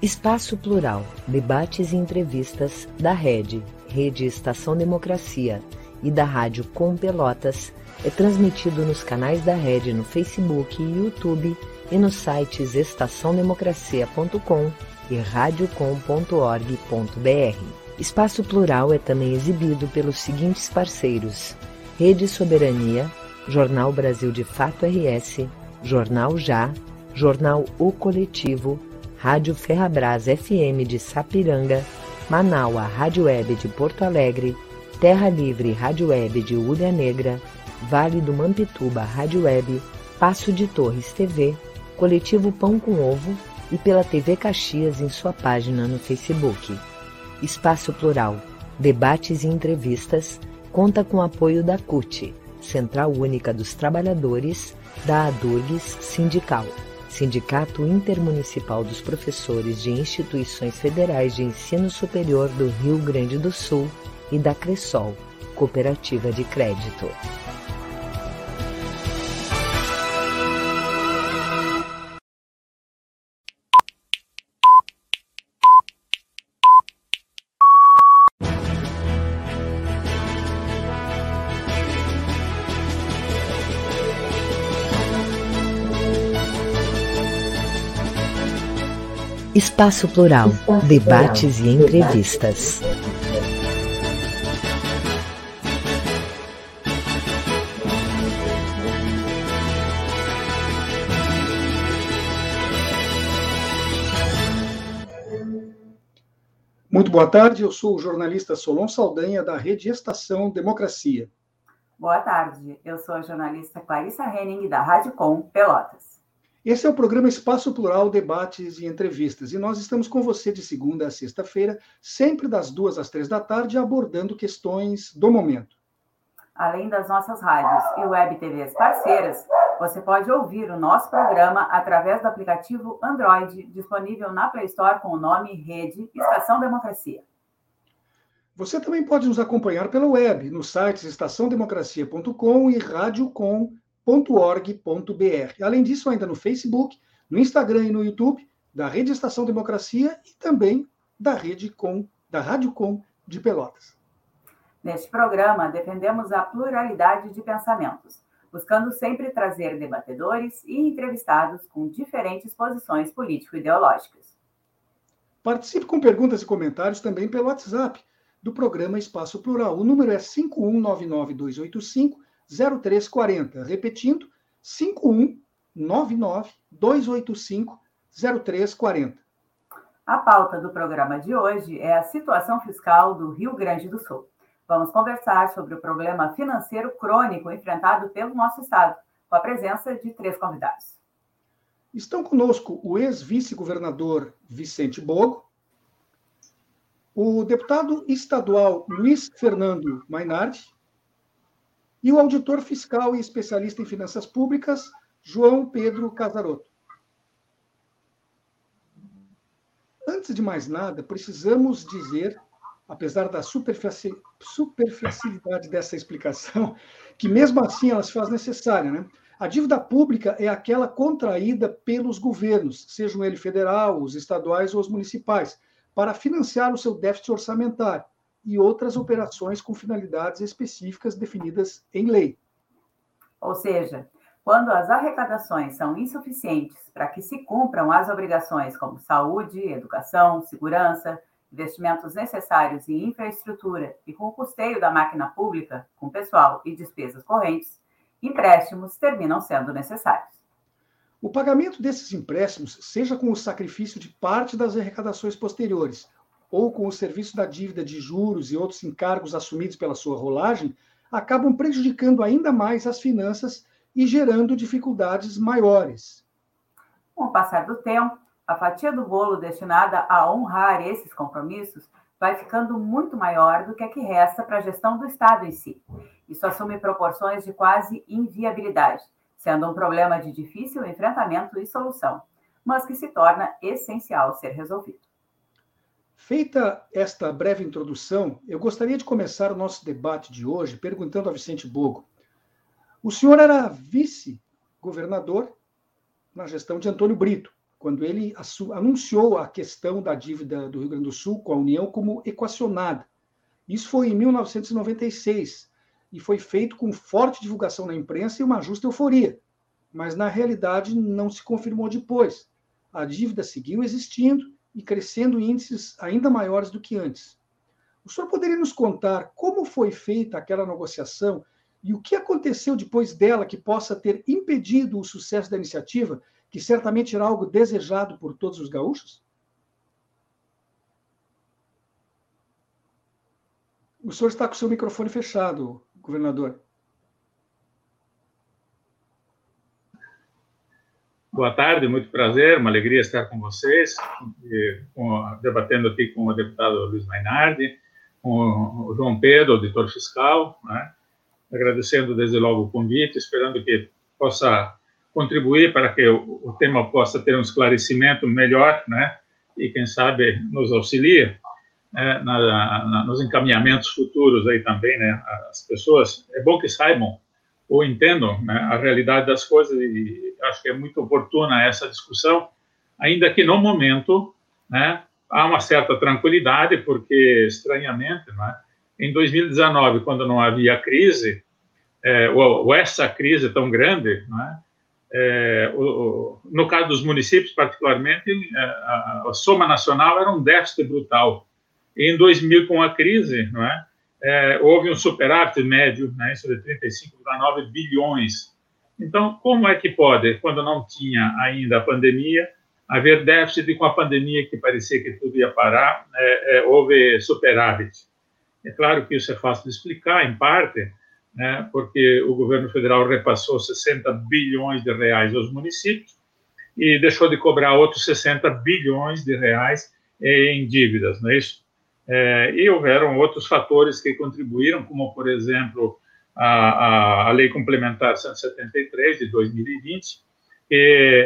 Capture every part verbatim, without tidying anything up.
Espaço Plural, debates e entrevistas da Rede, Rede Estação Democracia e da Rádio Com Pelotas é transmitido nos canais da Rede no Facebook e YouTube e nos sites estação democracia ponto com e radiocom ponto org ponto br. Espaço Plural é também exibido pelos seguintes parceiros: Rede Soberania, Jornal Brasil de Fato R S, Jornal Já, Jornal O Coletivo, Rádio Ferrabras F M de Sapiranga, Manaua Rádio Web de Porto Alegre, Terra Livre Rádio Web de Ulha Negra, Vale do Mampituba Rádio Web, Passo de Torres T V, Coletivo Pão com Ovo e pela T V Caxias em sua página no Facebook. Espaço Plural, debates e entrevistas, conta com o apoio da C U T, Central Única dos Trabalhadores, da ADURGS Sindical, Sindicato Intermunicipal dos Professores de Instituições Federais de Ensino Superior do Rio Grande do Sul e da Cressol, Cooperativa de Crédito. Espaço Plural, Espaço debates Plural. E entrevistas. Muito boa tarde, eu sou o jornalista Solon Saldanha, da Rede Estação Democracia. Boa tarde, eu sou a jornalista Clarissa Henning, da Rádio Com Pelotas. Esse é o programa Espaço Plural, debates e entrevistas, e nós estamos com você de segunda a sexta-feira, sempre das duas às três da tarde, abordando questões do momento. Além das nossas rádios e web T Vs parceiras, você pode ouvir o nosso programa através do aplicativo Android, disponível na Play Store com o nome Rede Estação Democracia. Você também pode nos acompanhar pela web, nos sites estação democracia ponto com e radiocom ponto org ponto br. Além disso, ainda no Facebook, no Instagram e no YouTube, da Rede Estação Democracia e também da Rede Com, da Rádio Com de Pelotas. Neste programa, defendemos a pluralidade de pensamentos, buscando sempre trazer debatedores e entrevistados com diferentes posições político-ideológicas. Participe com perguntas e comentários também pelo WhatsApp do programa Espaço Plural. O número é cinco um nove nove dois oito cinco zero três quatro zero. Repetindo, cinco um nove nove dois oito cinco zero três quatro zero. A pauta do programa de hoje é a situação fiscal do Rio Grande do Sul. Vamos conversar sobre o problema financeiro crônico enfrentado pelo nosso Estado, com a presença de três convidados. Estão conosco o ex-vice-governador Vicente Bogo, o deputado estadual Luiz Fernando Mainardi e o auditor fiscal e especialista em finanças públicas, João Pedro Casarotto. Antes de mais nada, precisamos dizer, apesar da superfici- superficialidade dessa explicação, que mesmo assim ela se faz necessária, né? A dívida pública é aquela contraída pelos governos, sejam ele federal, os estaduais ou os municipais, para financiar o seu déficit orçamentário e outras operações com finalidades específicas definidas em lei. Ou seja, quando as arrecadações são insuficientes para que se cumpram as obrigações como saúde, educação, segurança, investimentos necessários em infraestrutura e com o custeio da máquina pública, com pessoal e despesas correntes, empréstimos terminam sendo necessários. O pagamento desses empréstimos, seja com o sacrifício de parte das arrecadações posteriores, ou com o serviço da dívida de juros e outros encargos assumidos pela sua rolagem, acabam prejudicando ainda mais as finanças e gerando dificuldades maiores. Com o passar do tempo, a fatia do bolo destinada a honrar esses compromissos vai ficando muito maior do que a que resta para a gestão do Estado em si. Isso assume proporções de quase inviabilidade, sendo um problema de difícil enfrentamento e solução, mas que se torna essencial ser resolvido. Feita esta breve introdução, eu gostaria de começar o nosso debate de hoje perguntando a Vicente Bogo. O senhor era vice-governador na gestão de Antônio Brito, quando ele anunciou a questão da dívida do Rio Grande do Sul com a União como equacionada. Isso foi em mil novecentos e noventa e seis, e foi feito com forte divulgação na imprensa e uma justa euforia, mas na realidade não se confirmou depois. A dívida seguiu existindo e crescendo em índices ainda maiores do que antes. O senhor poderia nos contar como foi feita aquela negociação e o que aconteceu depois dela que possa ter impedido o sucesso da iniciativa, que certamente era algo desejado por todos os gaúchos? O senhor está com o seu microfone fechado, governador. Boa tarde, muito prazer, uma alegria estar com vocês, debatendo aqui com o deputado Luiz Mainardi, com o João Pedro, auditor fiscal, né? Agradecendo desde logo o convite, esperando que possa contribuir para que o, o tema possa ter um esclarecimento melhor, né? E quem sabe nos auxilie, né? na, na, nos encaminhamentos futuros aí também, né? As pessoas, é bom que saibam ou entendam, né, a realidade das coisas, e acho que é muito oportuna essa discussão, ainda que no momento, né, há uma certa tranquilidade, porque, estranhamente, né, em dois mil e dezenove, quando não havia crise, é, ou, ou essa crise tão grande, né, é, o, o, no caso dos municípios, particularmente, a, a soma nacional era um déficit brutal. E em dois mil, com a crise, não é, É, houve um superávit médio, né, isso de trinta e cinco vírgula nove bilhões. Então, como é que pode, quando não tinha ainda a pandemia, haver déficit e com a pandemia que parecia que tudo ia parar, é, é, houve superávit? É claro que isso é fácil de explicar, em parte, né, porque o governo federal repassou sessenta bilhões de reais aos municípios e deixou de cobrar outros sessenta bilhões de reais em dívidas, não é isso? É, e houveram outros fatores que contribuíram, como, por exemplo, a, a, a Lei Complementar cento e setenta e três, de dois mil e vinte, que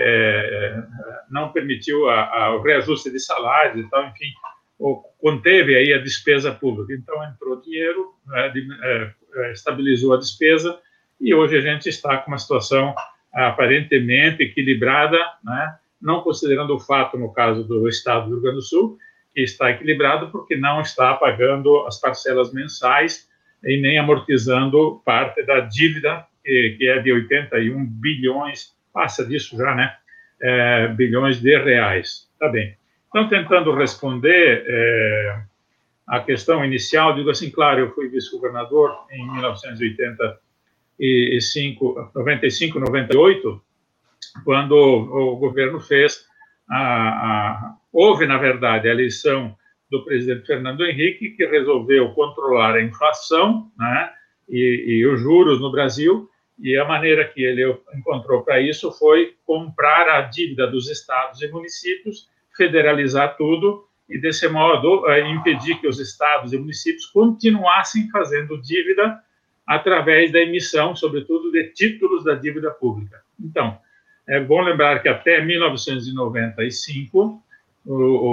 é, não permitiu a, a, o reajuste de salários e tal, enfim, o, conteve aí a despesa pública. Então, entrou dinheiro, é, de, é, estabilizou a despesa, e hoje a gente está com uma situação aparentemente equilibrada, né, não considerando o fato, no caso do Estado do Rio Grande do Sul, que está equilibrado porque não está pagando as parcelas mensais e nem amortizando parte da dívida, que, que é de oitenta e um bilhões, passa disso já, né, é, bilhões de reais. Tá bem. Então, tentando responder é, a questão inicial, digo assim, claro, eu fui vice-governador em mil novecentos e oitenta e cinco, noventa e cinco, noventa e oito, quando o, o governo fez a, a houve, na verdade, a eleição do presidente Fernando Henrique, que resolveu controlar a inflação, né, e, e os juros no Brasil, e a maneira que ele encontrou para isso foi comprar a dívida dos estados e municípios, federalizar tudo e, desse modo, impedir que os estados e municípios continuassem fazendo dívida através da emissão, sobretudo, de títulos da dívida pública. Então, é bom lembrar que até mil novecentos e noventa e cinco, O,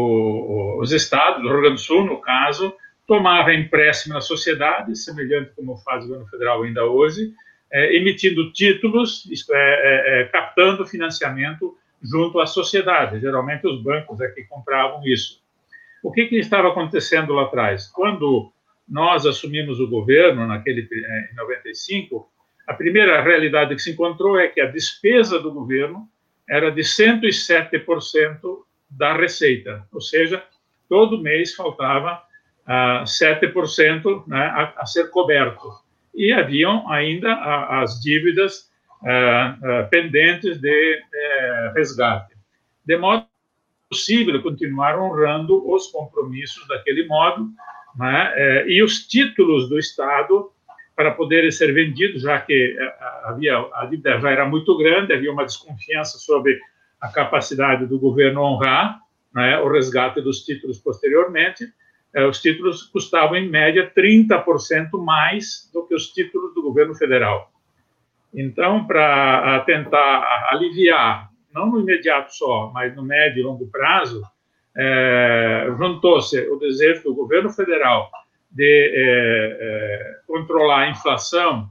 o, os estados, o Rio Grande do Sul, no caso, tomavam empréstimo na sociedade, semelhante como faz o governo federal ainda hoje, é, emitindo títulos, isto é, é, é, captando financiamento junto à sociedade. Geralmente os bancos é que compravam isso. O que, que estava acontecendo lá atrás? Quando nós assumimos o governo, naquele, em noventa e cinco, a primeira realidade que se encontrou é que a despesa do governo era de cento e sete por cento da receita, ou seja, todo mês faltava uh, sete por cento, né, a, a ser coberto. E haviam ainda a, as dívidas uh, uh, pendentes de uh, resgate. De modo possível continuar honrando os compromissos daquele modo, né, uh, e os títulos do Estado para poderem ser vendidos, já que uh, havia, a dívida já era muito grande, havia uma desconfiança sobre a capacidade do governo honrar, né, o resgate dos títulos posteriormente. Eh, os títulos custavam, em média, trinta por cento mais do que os títulos do governo federal. Então, para tentar aliviar, não no imediato só, mas no médio e longo prazo, eh, juntou-se o desejo do governo federal de eh, eh, controlar a inflação,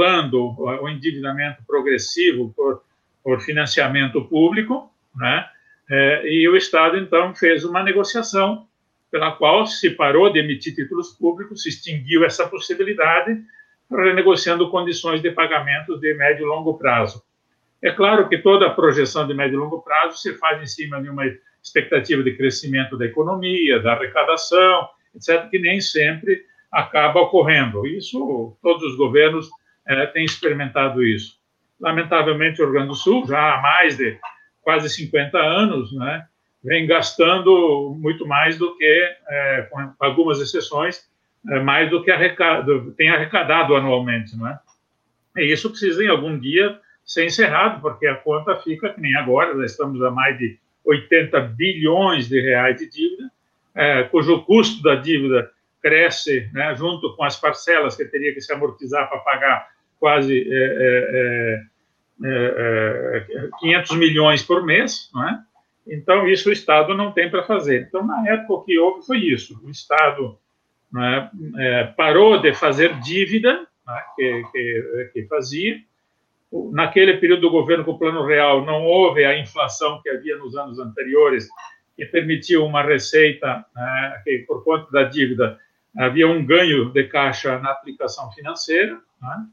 controlando o endividamento progressivo por por financiamento público, né, É, e o Estado, então, fez uma negociação pela qual se parou de emitir títulos públicos, se extinguiu essa possibilidade, renegociando condições de pagamento de médio e longo prazo. É claro que toda a projeção de médio e longo prazo se faz em cima de uma expectativa de crescimento da economia, da arrecadação, etcétera, que nem sempre acaba ocorrendo. Isso, todos os governos é, têm experimentado isso. Lamentavelmente, o Rio Grande do Sul, já há mais de quase cinquenta anos, né, vem gastando muito mais do que, é, com algumas exceções, é, mais do que arrecado, tem arrecadado anualmente, não é? E isso precisa, em algum dia, ser encerrado, porque a conta fica, que nem agora, nós estamos a mais de oitenta bilhões de reais de dívida, é, cujo custo da dívida cresce, né, junto com as parcelas que teria que se amortizar para pagar quase é, é, é, é, quinhentos milhões por mês, não é? Então, isso o Estado não tem para fazer. Então, na época, o que houve foi isso. O Estado, né, é, parou de fazer dívida, né, que, que, que fazia. Naquele período do governo com o Plano Real, não houve a inflação que havia nos anos anteriores, que permitiu uma receita, né, que, por conta da dívida, havia um ganho de caixa na aplicação financeira, né?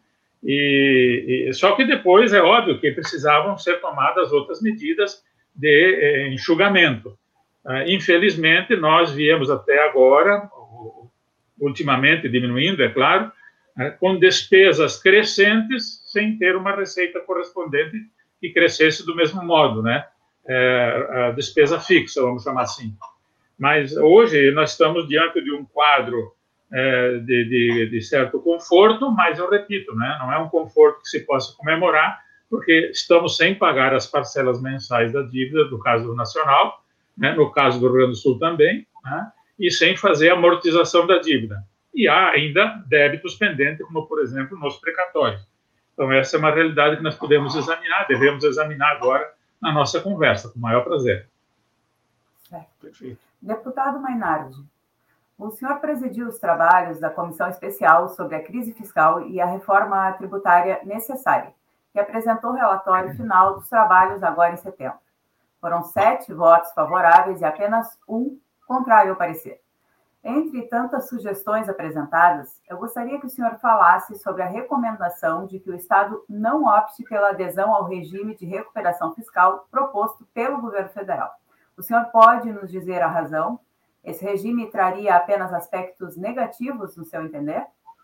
e, e só que depois, é óbvio que precisavam ser tomadas outras medidas de eh, enxugamento. Uh, infelizmente, nós viemos até agora, ultimamente diminuindo, é claro, uh, com despesas crescentes, sem ter uma receita correspondente que crescesse do mesmo modo, né? Uh, a despesa fixa, vamos chamar assim. Mas hoje nós estamos diante de um quadro uh, de, de, de certo conforto, mas eu repito, né? Não é um conforto que se possa comemorar, porque estamos sem pagar as parcelas mensais da dívida, do caso nacional, né, no caso do Rio Grande do Sul também, né, e sem fazer a amortização da dívida. E há ainda débitos pendentes, como, por exemplo, nos precatórios. Então, essa é uma realidade que nós podemos examinar, devemos examinar agora na nossa conversa, com o maior prazer. Certo. Perfeito. Deputado Mainardi, o senhor presidiu os trabalhos da Comissão Especial sobre a Crise Fiscal e a Reforma Tributária Necessária, que apresentou o relatório final dos trabalhos agora em setembro. Foram sete votos favoráveis e apenas um contrário ao parecer. Entre tantas sugestões apresentadas, eu gostaria que o senhor falasse sobre a recomendação de que o Estado não opte pela adesão ao regime de recuperação fiscal proposto pelo governo federal. O senhor pode nos dizer a razão? Esse regime traria apenas aspectos negativos, no seu entender?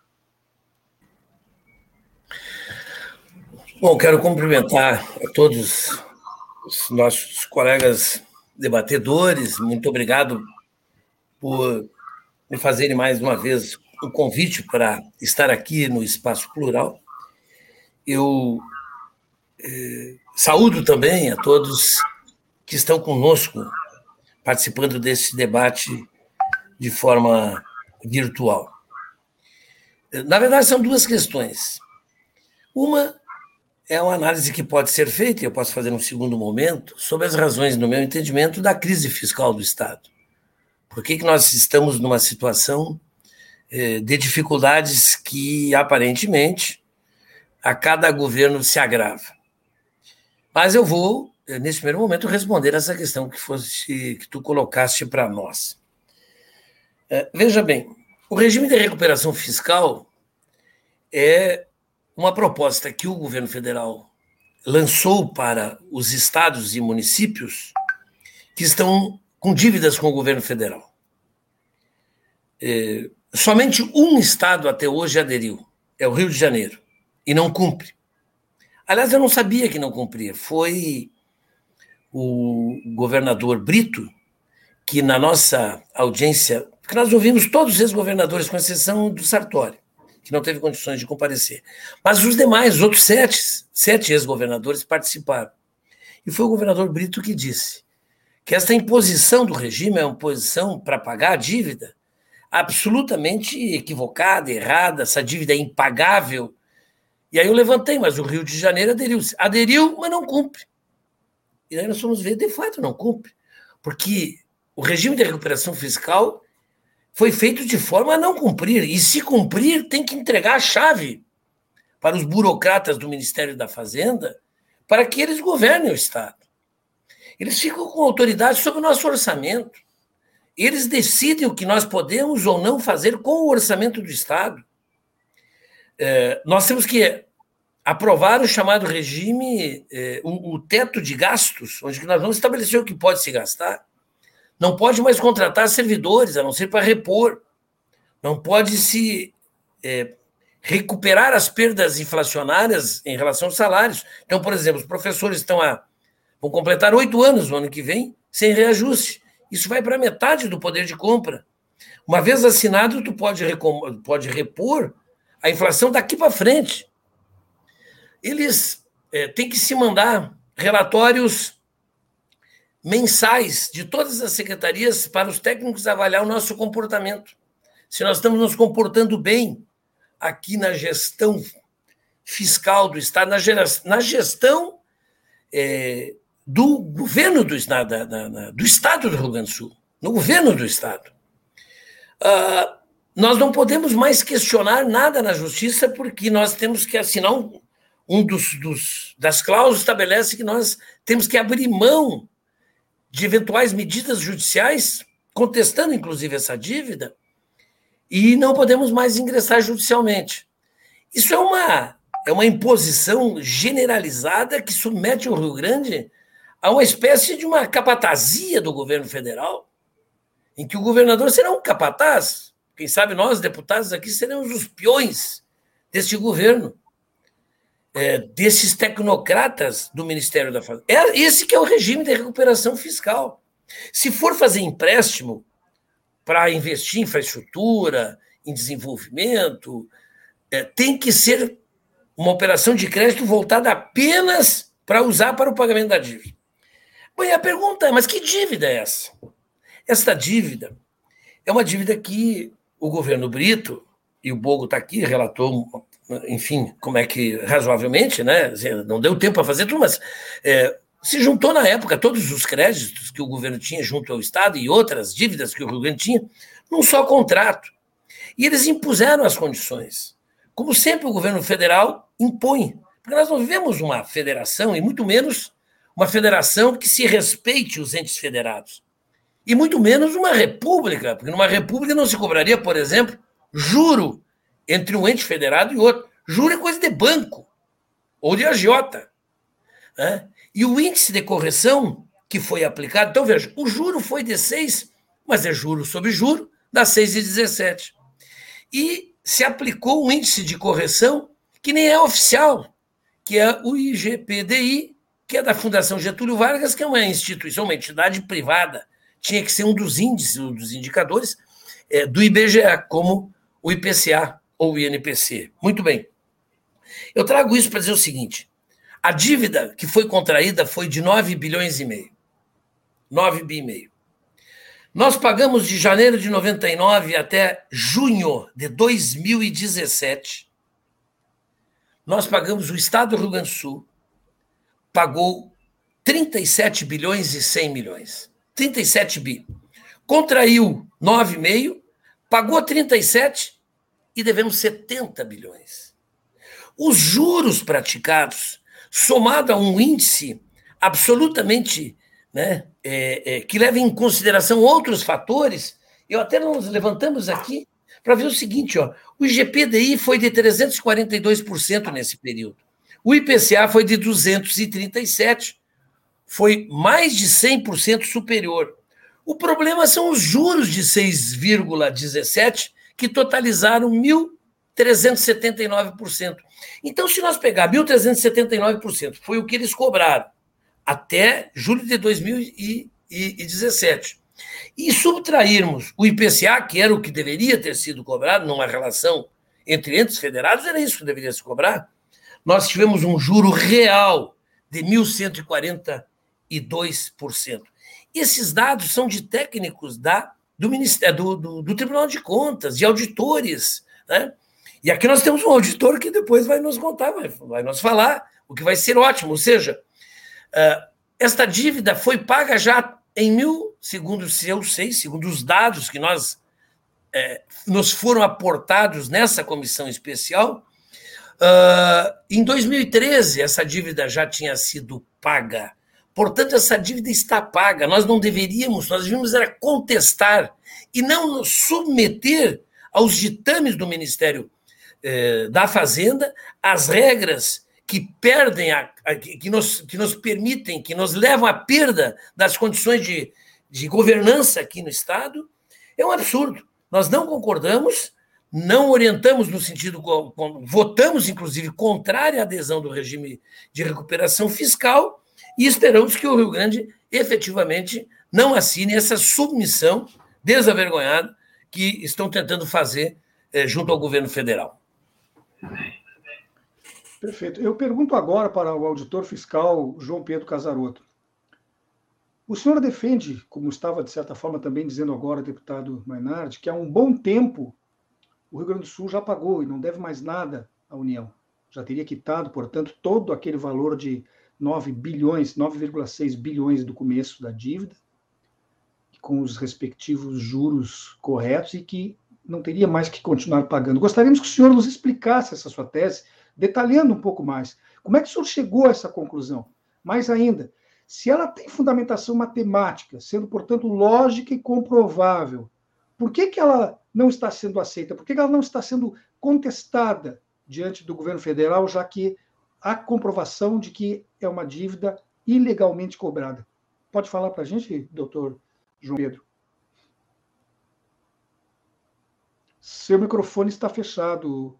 Bom, quero cumprimentar a todos os nossos colegas debatedores. Muito obrigado por me fazerem mais uma vez o convite para estar aqui no Espaço Plural. Eu eh, saúdo também a todos que estão conosco participando desse debate de forma virtual. Na verdade, são duas questões. Uma é uma análise que pode ser feita, e eu posso fazer num segundo momento, sobre as razões, no meu entendimento, da crise fiscal do Estado. Por que que nós estamos numa situação eh, de dificuldades que, aparentemente, a cada governo se agrava? Mas eu vou, nesse primeiro momento, responder essa questão que, fosse, que tu colocaste para nós. Eh, veja bem, o regime de recuperação fiscal é uma proposta que o governo federal lançou para os estados e municípios que estão com dívidas com o governo federal. É, somente um estado até hoje aderiu, é o Rio de Janeiro, e não cumpre. Aliás, eu não sabia que não cumpria. Foi o governador Brito que, na nossa audiência, porque nós ouvimos todos os ex-governadores, com exceção do Sartori, que não teve condições de comparecer. Mas os demais, os outros sete, sete ex-governadores participaram. E foi o governador Brito que disse que esta imposição do regime é uma imposição para pagar a dívida absolutamente equivocada, errada, essa dívida é impagável. E aí eu levantei, mas o Rio de Janeiro aderiu. Aderiu, mas não cumpre. E aí nós fomos ver, de fato, não cumpre. Porque o regime de recuperação fiscal foi feito de forma a não cumprir. E se cumprir, tem que entregar a chave para os burocratas do Ministério da Fazenda para que eles governem o Estado. Eles ficam com autoridade sobre o nosso orçamento. Eles decidem o que nós podemos ou não fazer com o orçamento do Estado. É, nós temos que aprovar o chamado regime, é, o, o teto de gastos, onde nós vamos estabelecer o que pode se gastar. Não pode mais contratar servidores, a não ser para repor. Não pode se é, recuperar as perdas inflacionárias em relação aos salários. Então, por exemplo, os professores estão a, vão completar oito anos no ano que vem sem reajuste. Isso vai para metade do poder de compra. Uma vez assinado, tu pode, recom- pode repor a inflação daqui para frente. Eles é, têm que se mandar relatórios mensais de todas as secretarias para os técnicos avaliar o nosso comportamento. Se nós estamos nos comportando bem aqui na gestão fiscal do Estado, na, gera, na gestão é, do governo do, da, da, da, do Estado do Rio Grande do Sul, no governo do Estado. Ah, nós não podemos mais questionar nada na Justiça, porque nós temos que assinar um, um dos, dos das cláusulas estabelece que nós temos que abrir mão de eventuais medidas judiciais, contestando inclusive essa dívida, e não podemos mais ingressar judicialmente. Isso é uma, é uma imposição generalizada que submete o Rio Grande a uma espécie de uma capatazia do governo federal, em que o governador será um capataz. Quem sabe nós, deputados aqui, seremos os peões deste governo, é, desses tecnocratas do Ministério da Fazenda. É esse que é o regime de recuperação fiscal. Se for fazer empréstimo para investir em infraestrutura, em desenvolvimento, é, tem que ser uma operação de crédito voltada apenas para usar para o pagamento da dívida. Bom, e a pergunta é, mas que dívida é essa? Esta dívida é uma dívida que o governo Brito, e o Bogo está aqui, relatou, enfim, como é que, razoavelmente, né? Não deu tempo para fazer tudo, mas é, se juntou na época todos os créditos que o governo tinha junto ao Estado e outras dívidas que o Rio Grande tinha, num só contrato. E eles impuseram as condições. Como sempre o governo federal impõe, porque nós não vivemos uma federação, e muito menos uma federação que se respeite os entes federados. E muito menos uma república, porque numa república não se cobraria, por exemplo, juro entre um ente federado e outro. Juro é coisa de banco ou de agiota. Né? E o índice de correção que foi aplicado, então veja, o juro foi de seis, mas é juro sobre juro, dá seis vírgula dezessete. E se aplicou um índice de correção que nem é oficial, que é o I G P D I, que é da Fundação Getúlio Vargas, que é uma instituição, uma entidade privada. Tinha que ser um dos índices, um dos indicadores é, do I B G E, como o I P C A ou o I N P C. Muito bem. Eu trago isso para dizer o seguinte: a dívida que foi contraída foi de nove bilhões e meio. nove bi e meio. Nós pagamos de janeiro de noventa e nove até junho de dois mil e dezessete. Nós pagamos, o Estado do Rio Grande do Sul pagou trinta e sete bilhões e cem milhões. trinta e sete bi. Contraiu nove vírgula cinco, pagou trinta e sete e devemos setenta bilhões. Os juros praticados, somado a um índice absolutamente, né, é, é, que leva em consideração outros fatores, eu até nós levantamos aqui para ver o seguinte, ó, o I G P D I foi de trezentos e quarenta e dois por cento nesse período. O I P C A foi de duzentos e trinta e sete por cento. Foi mais de cem por cento superior. O problema são os juros de seis vírgula dezessete, que totalizaram mil trezentos e setenta e nove por cento. Então, se nós pegar mil trezentos e setenta e nove por cento, foi o que eles cobraram até julho de dois mil e dezessete, e subtrairmos o I P C A, que era o que deveria ter sido cobrado numa relação entre entes federados, era isso que deveria se cobrar, nós tivemos um juro real de mil cento e quarenta e dois por cento. Esses dados são de técnicos da, do, Ministério, do, do, do Tribunal de Contas, de auditores. Né? E aqui nós temos um auditor que depois vai nos contar, vai, vai nos falar, o que vai ser ótimo. Ou seja, uh, esta dívida foi paga já em mil, segundo se eu sei, segundo os dados que nós eh, nos foram aportados nessa comissão especial. Uh, em dois mil e treze, essa dívida já tinha sido paga Portanto, essa dívida está paga. Nós não deveríamos, nós deveríamos era contestar e não nos submeter aos ditames do Ministério eh, da Fazenda, às regras que perdem, a, a, que, nos, que nos permitem, que nos levam à perda das condições de, de governança aqui no Estado. É um absurdo. Nós não concordamos, não orientamos no sentido, votamos, inclusive, contrário à adesão do regime de recuperação fiscal e esperamos que o Rio Grande efetivamente não assine essa submissão desavergonhada que estão tentando fazer eh, junto ao governo federal. Perfeito. Eu pergunto agora para o auditor fiscal João Pedro Casarotto. O senhor defende, como estava, de certa forma, também dizendo agora, deputado Mainardi, que há um bom tempo o Rio Grande do Sul já pagou e não deve mais nada à União. Já teria quitado, portanto, todo aquele valor de nove bilhões, nove vírgula seis bilhões do começo da dívida, com os respectivos juros corretos e que não teria mais que continuar pagando. Gostaríamos que o senhor nos explicasse essa sua tese, detalhando um pouco mais. Como é que o senhor chegou a essa conclusão? Mais ainda, se ela tem fundamentação matemática, sendo, portanto, lógica e comprovável, por que que ela não está sendo aceita? Por que que ela não está sendo contestada diante do governo federal, já que há comprovação de que é uma dívida ilegalmente cobrada? Pode falar para a gente, doutor João Pedro? Seu microfone está fechado.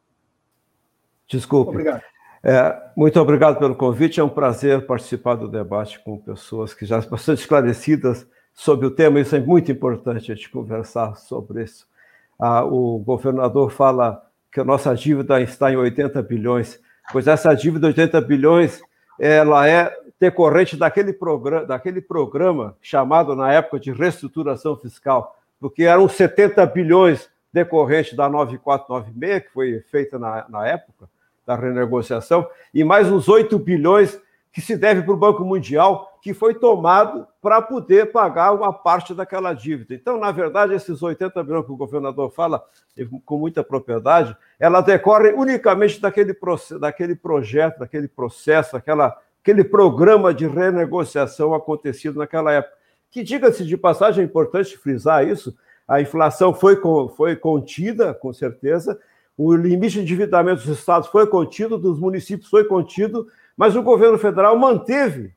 Desculpe. Obrigado. É, muito obrigado pelo convite. É um prazer participar do debate com pessoas que já são bastante esclarecidas sobre o tema. Isso é muito importante a gente conversar sobre isso. Ah, o governador fala que a nossa dívida está em oitenta bilhões, pois essa dívida de oitenta bilhões ela é decorrente daquele programa, daquele programa chamado na época de reestruturação fiscal, porque eram setenta bilhões decorrente da nove mil quatrocentos e noventa e seis, que foi feita na, na época da renegociação, e mais uns oito bilhões que se deve para o Banco Mundial, que foi tomado para poder pagar uma parte daquela dívida. Então, na verdade, esses oitenta bilhões que o governador fala com muita propriedade, ela decorre unicamente daquele, daquele projeto, daquele processo, aquela, aquele programa de renegociação acontecido naquela época. Que, diga-se de passagem, é importante frisar isso, a inflação foi, foi contida, com certeza, o limite de endividamento dos estados foi contido, dos municípios foi contido, mas o governo federal manteve,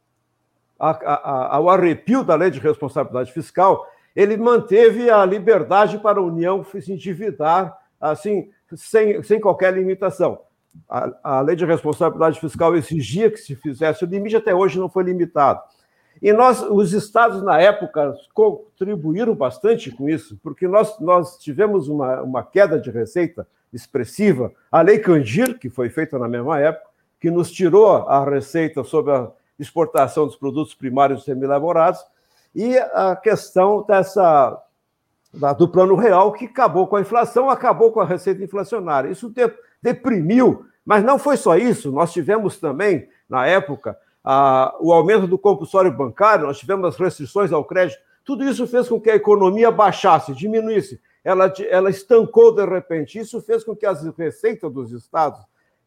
a, a, a, ao arrepio da lei de responsabilidade fiscal, ele manteve a liberdade para a União se endividar assim, sem, sem qualquer limitação. A, a lei de responsabilidade fiscal exigia que se fizesse, o limite até hoje não foi limitado. E nós, os estados, na época, contribuíram bastante com isso, porque nós, nós tivemos uma, uma queda de receita expressiva. A Lei Candir, que foi feita na mesma época, que nos tirou a receita sobre a exportação dos produtos primários semi-elaborados, e a questão dessa, da, do Plano Real, que acabou com a inflação, acabou com a receita inflacionária. Isso deprimiu, mas não foi só isso. Nós tivemos também, na época, Ah, o aumento do compulsório bancário, nós tivemos as restrições ao crédito, tudo isso fez com que a economia baixasse, diminuísse, ela, ela estancou de repente, isso fez com que as receitas dos estados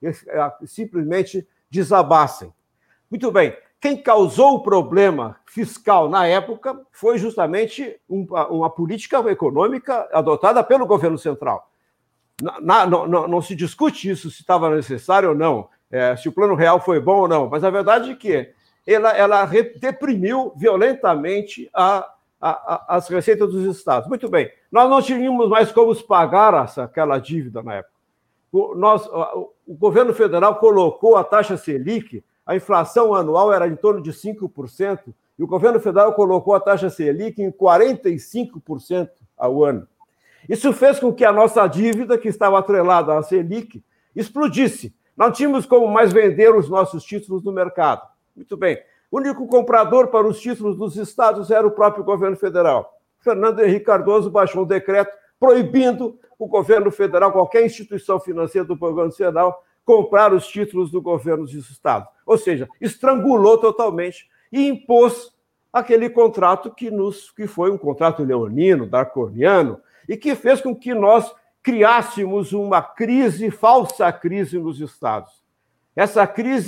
simplesmente desabassem. Muito bem, quem causou o problema fiscal na época foi justamente uma, uma política econômica adotada pelo governo central. Na, na, não, não se discute isso, se estava necessário ou não, É, se o Plano Real foi bom ou não, mas a verdade é que ela, ela deprimiu violentamente a, a, a, as receitas dos estados. Muito bem, nós não tínhamos mais como pagar essa, aquela dívida na época. O, nós, o, o governo federal colocou a taxa Selic, a inflação anual era em torno de cinco por cento, e o governo federal colocou a taxa Selic em quarenta e cinco por cento ao ano. Isso fez com que a nossa dívida, que estava atrelada à Selic, explodisse. Não tínhamos como mais vender os nossos títulos no mercado. Muito bem. O único comprador para os títulos dos estados era o próprio governo federal. Fernando Henrique Cardoso baixou um decreto proibindo o governo federal, qualquer instituição financeira do governo federal, comprar os títulos do governo dos estados. Ou seja, estrangulou totalmente e impôs aquele contrato que, nos, que foi um contrato leonino, darconiano, e que fez com que nós criássemos uma crise, falsa crise nos estados. Essa crise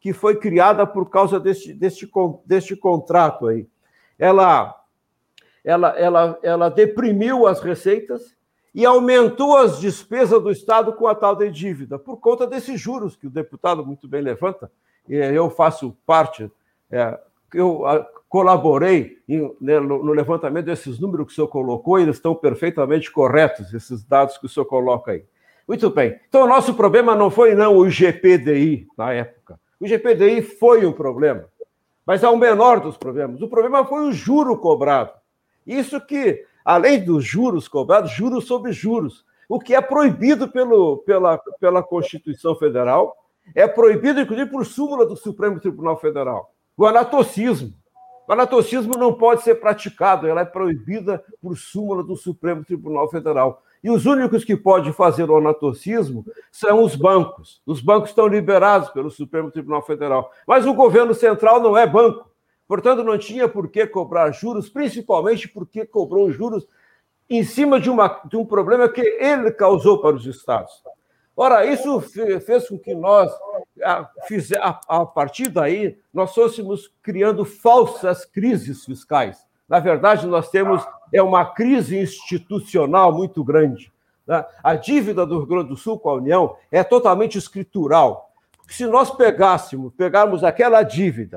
que foi criada por causa deste, deste, deste contrato aí. Ela, ela, ela, ela deprimiu as receitas e aumentou as despesas do Estado com a tal de dívida, por conta desses juros que o deputado muito bem levanta. Eu faço parte, é, eu colaborei em, né, no levantamento desses números que o senhor colocou, e eles estão perfeitamente corretos, esses dados que o senhor coloca aí. Muito bem. Então, o nosso problema não foi não o G P D I na época. O G P D I foi um problema, mas é o menor dos problemas. O problema foi o juro cobrado. Isso que, além dos juros cobrados, juros sobre juros, o que é proibido pelo, pela, pela Constituição Federal, é proibido, inclusive, por súmula do Supremo Tribunal Federal. O anatocismo. O anatocismo não pode ser praticado, ela é proibida por súmula do Supremo Tribunal Federal. E os únicos que podem fazer o anatocismo são os bancos. Os bancos estão liberados pelo Supremo Tribunal Federal. Mas o governo central não é banco. Portanto, não tinha por que cobrar juros, principalmente porque cobrou juros em cima de, uma, de um problema que ele causou para os estados. Ora, isso fez com que nós, a partir daí, nós fôssemos criando falsas crises fiscais. Na verdade, nós temos é uma crise institucional muito grande. Né? A dívida do Rio Grande do Sul com a União é totalmente escritural. Se nós pegássemos, pegarmos aquela dívida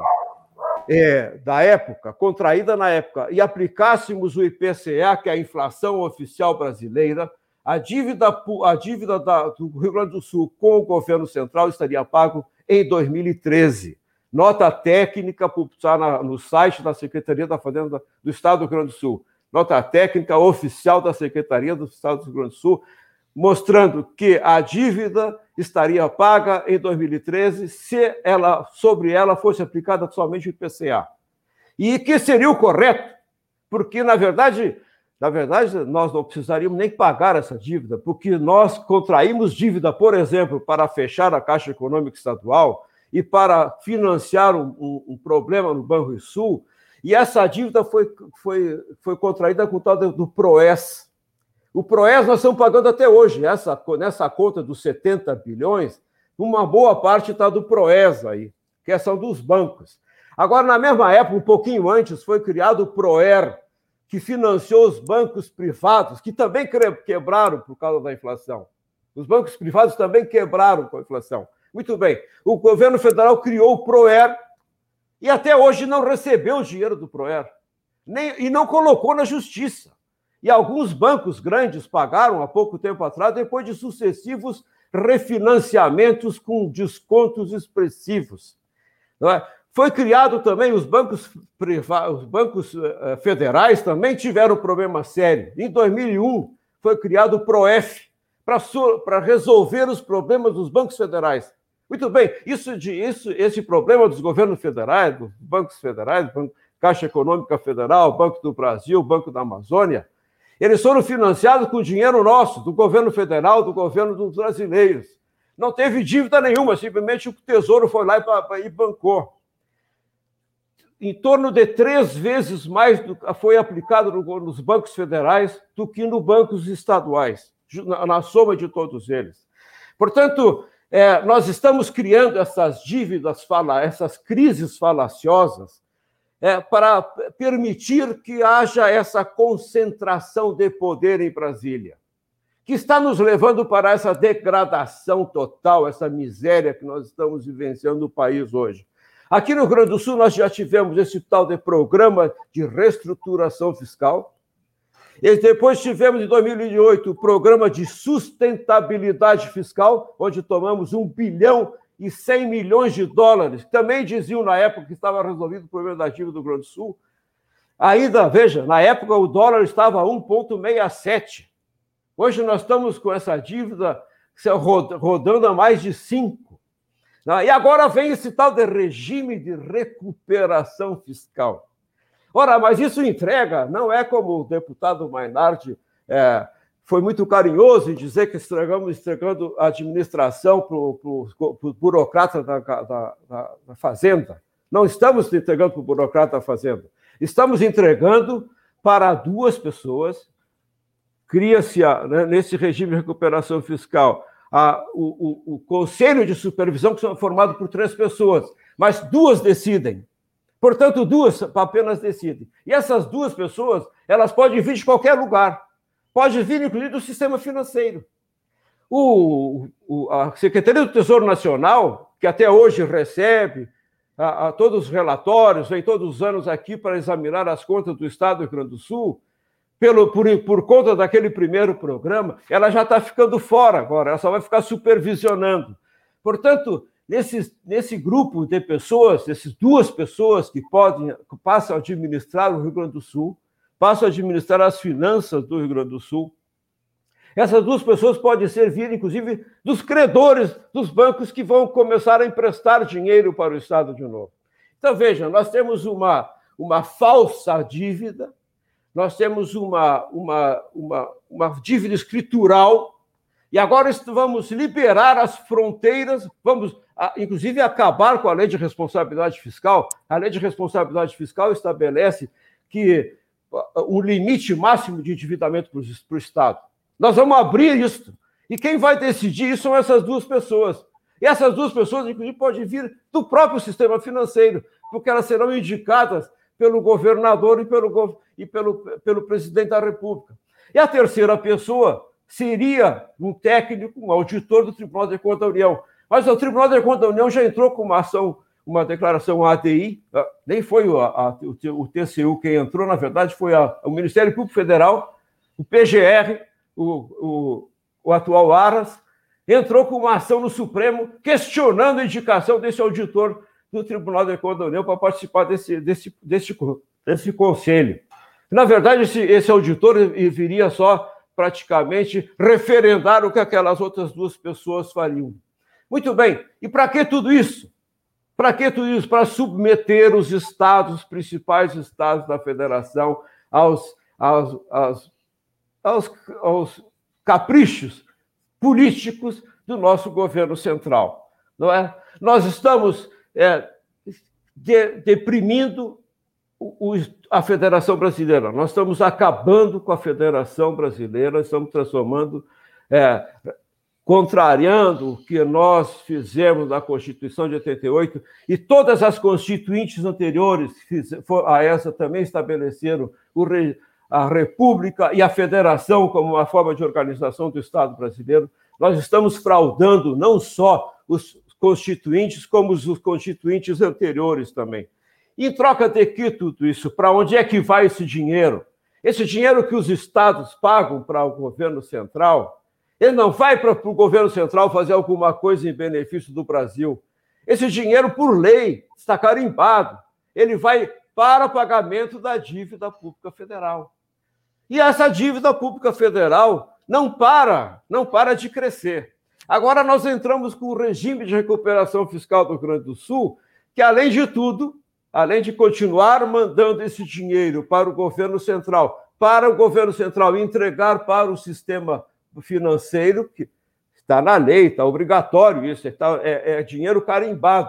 é, da época, contraída na época, e aplicássemos o I P C A, que é a inflação oficial brasileira, a dívida, a dívida da, do Rio Grande do Sul com o governo central estaria pago em dois mil e treze. Nota técnica publicada no site da Secretaria da Fazenda do Estado do Rio Grande do Sul. Nota técnica oficial da Secretaria do Estado do Rio Grande do Sul, mostrando que a dívida estaria paga em dois mil e treze se ela, sobre ela fosse aplicada somente o I P C A. E que seria o correto, porque, na verdade, na verdade, nós não precisaríamos nem pagar essa dívida, porque nós contraímos dívida, por exemplo, para fechar a Caixa Econômica Estadual e para financiar um, um, um problema no Banrisul, e essa dívida foi, foi, foi contraída com o tal do PROES. O PROES nós estamos pagando até hoje, essa, nessa conta dos setenta bilhões, uma boa parte está do PROES aí, que são dos bancos. Agora, na mesma época, um pouquinho antes, foi criado o PROER, que financiou os bancos privados, que também quebraram por causa da inflação. Os bancos privados também quebraram com a inflação. Muito bem, o governo federal criou o PROER e até hoje não recebeu o dinheiro do PROER, nem, e não colocou na justiça. E alguns bancos grandes pagaram há pouco tempo atrás, depois de sucessivos refinanciamentos com descontos expressivos. Não é? Foi criado também, os bancos, privados, os bancos federais também tiveram um problema sério. Em dois mil e um, foi criado o PROEF, para resolver os problemas dos bancos federais. Muito bem, isso, de, isso, esse problema dos governos federais, dos bancos federais, Banco, Caixa Econômica Federal, Banco do Brasil, Banco da Amazônia, eles foram financiados com dinheiro nosso, do governo federal, do governo dos brasileiros. Não teve dívida nenhuma, simplesmente o Tesouro foi lá e, e bancou. Em torno de três vezes mais do, foi aplicado no, nos bancos federais do que nos bancos estaduais, na, na soma de todos eles. Portanto, é, nós estamos criando essas dívidas, fala, essas crises falaciosas, é, para permitir que haja essa concentração de poder em Brasília, que está nos levando para essa degradação total, essa miséria que nós estamos vivenciando no país hoje. Aqui no Rio Grande do Sul, nós já tivemos esse tal de programa de reestruturação fiscal. E depois tivemos, em dois mil e oito, o programa de sustentabilidade fiscal, onde tomamos um bilhão e cem milhões de dólares. Também diziam na época que estava resolvido o problema da dívida do Rio Grande do Sul. Ainda, veja, na época o dólar estava a um vírgula sessenta e sete. Hoje nós estamos com essa dívida rodando a mais de cinco. E agora vem esse tal de regime de recuperação fiscal. Ora, mas isso entrega, não é como o deputado Mainardi é, foi muito carinhoso em dizer que entregamos, entregando a administração para o burocrata da, da, da, da Fazenda. Não estamos entregando para o burocrata da Fazenda. Estamos entregando para duas pessoas. Cria-se, né, nesse regime de recuperação fiscal, a, o, o, o conselho de supervisão, que é formado por três pessoas, mas duas decidem. Portanto, duas apenas decidem. E essas duas pessoas, elas podem vir de qualquer lugar. Pode vir, inclusive, do sistema financeiro. O, o, a Secretaria do Tesouro Nacional, que até hoje recebe a, a todos os relatórios, vem todos os anos aqui para examinar as contas do Estado do Rio Grande do Sul, pelo, por, por conta daquele primeiro programa, ela já está ficando fora agora, ela só vai ficar supervisionando. Portanto, nesse, nesse grupo de pessoas, essas duas pessoas que podem, que passam a administrar o Rio Grande do Sul, passam a administrar as finanças do Rio Grande do Sul, essas duas pessoas podem servir, inclusive, dos credores dos bancos que vão começar a emprestar dinheiro para o Estado de novo. Então, vejam, nós temos uma, uma falsa dívida, nós temos uma, uma, uma, uma dívida escritural, e agora vamos liberar as fronteiras, vamos, inclusive, acabar com a lei de responsabilidade fiscal. A lei de responsabilidade fiscal estabelece que um limite máximo de endividamento para o Estado. Nós vamos abrir isso. E quem vai decidir isso são essas duas pessoas. E essas duas pessoas, inclusive, podem vir do próprio sistema financeiro, porque elas serão indicadas pelo governador e pelo, e pelo, pelo presidente da República. E a terceira pessoa seria um técnico, um auditor do Tribunal de Contas da União. Mas o Tribunal de Contas da União já entrou com uma ação, uma declaração A D I, nem foi a, a, o T C U quem entrou, na verdade, foi a, o Ministério Público Federal, o P G R, o, o, o atual Aras, entrou com uma ação no Supremo questionando a indicação desse auditor do Tribunal de Contas da União para participar desse, desse, desse, desse conselho. Na verdade, esse, esse auditor viria só praticamente referendar o que aquelas outras duas pessoas fariam. Muito bem, e para que tudo isso? Para que tudo isso? Para submeter os estados, os principais estados da federação, aos, aos, aos Aos, aos caprichos políticos do nosso governo central, não é? Nós estamos é, de, deprimindo o, o, a Federação Brasileira, nós estamos acabando com a Federação Brasileira, estamos transformando, é, contrariando o que nós fizemos na Constituição de oitenta e oito, e todas as constituintes anteriores a essa também estabeleceram o regime, a República e a Federação como uma forma de organização do Estado brasileiro. Nós estamos fraudando não só os constituintes, como os constituintes anteriores também. Em troca de que tudo isso? Para onde é que vai esse dinheiro? Esse dinheiro que os estados pagam para o governo central, ele não vai para o governo central fazer alguma coisa em benefício do Brasil. Esse dinheiro, por lei, está carimbado. Ele vai para pagamento da dívida pública federal. E essa dívida pública federal não para, não para de crescer. Agora nós entramos com o regime de recuperação fiscal do Rio Grande do Sul, que, além de tudo, além de continuar mandando esse dinheiro para o governo central, para o governo central entregar para o sistema financeiro, que está na lei, está obrigatório isso, está, é, é dinheiro carimbado.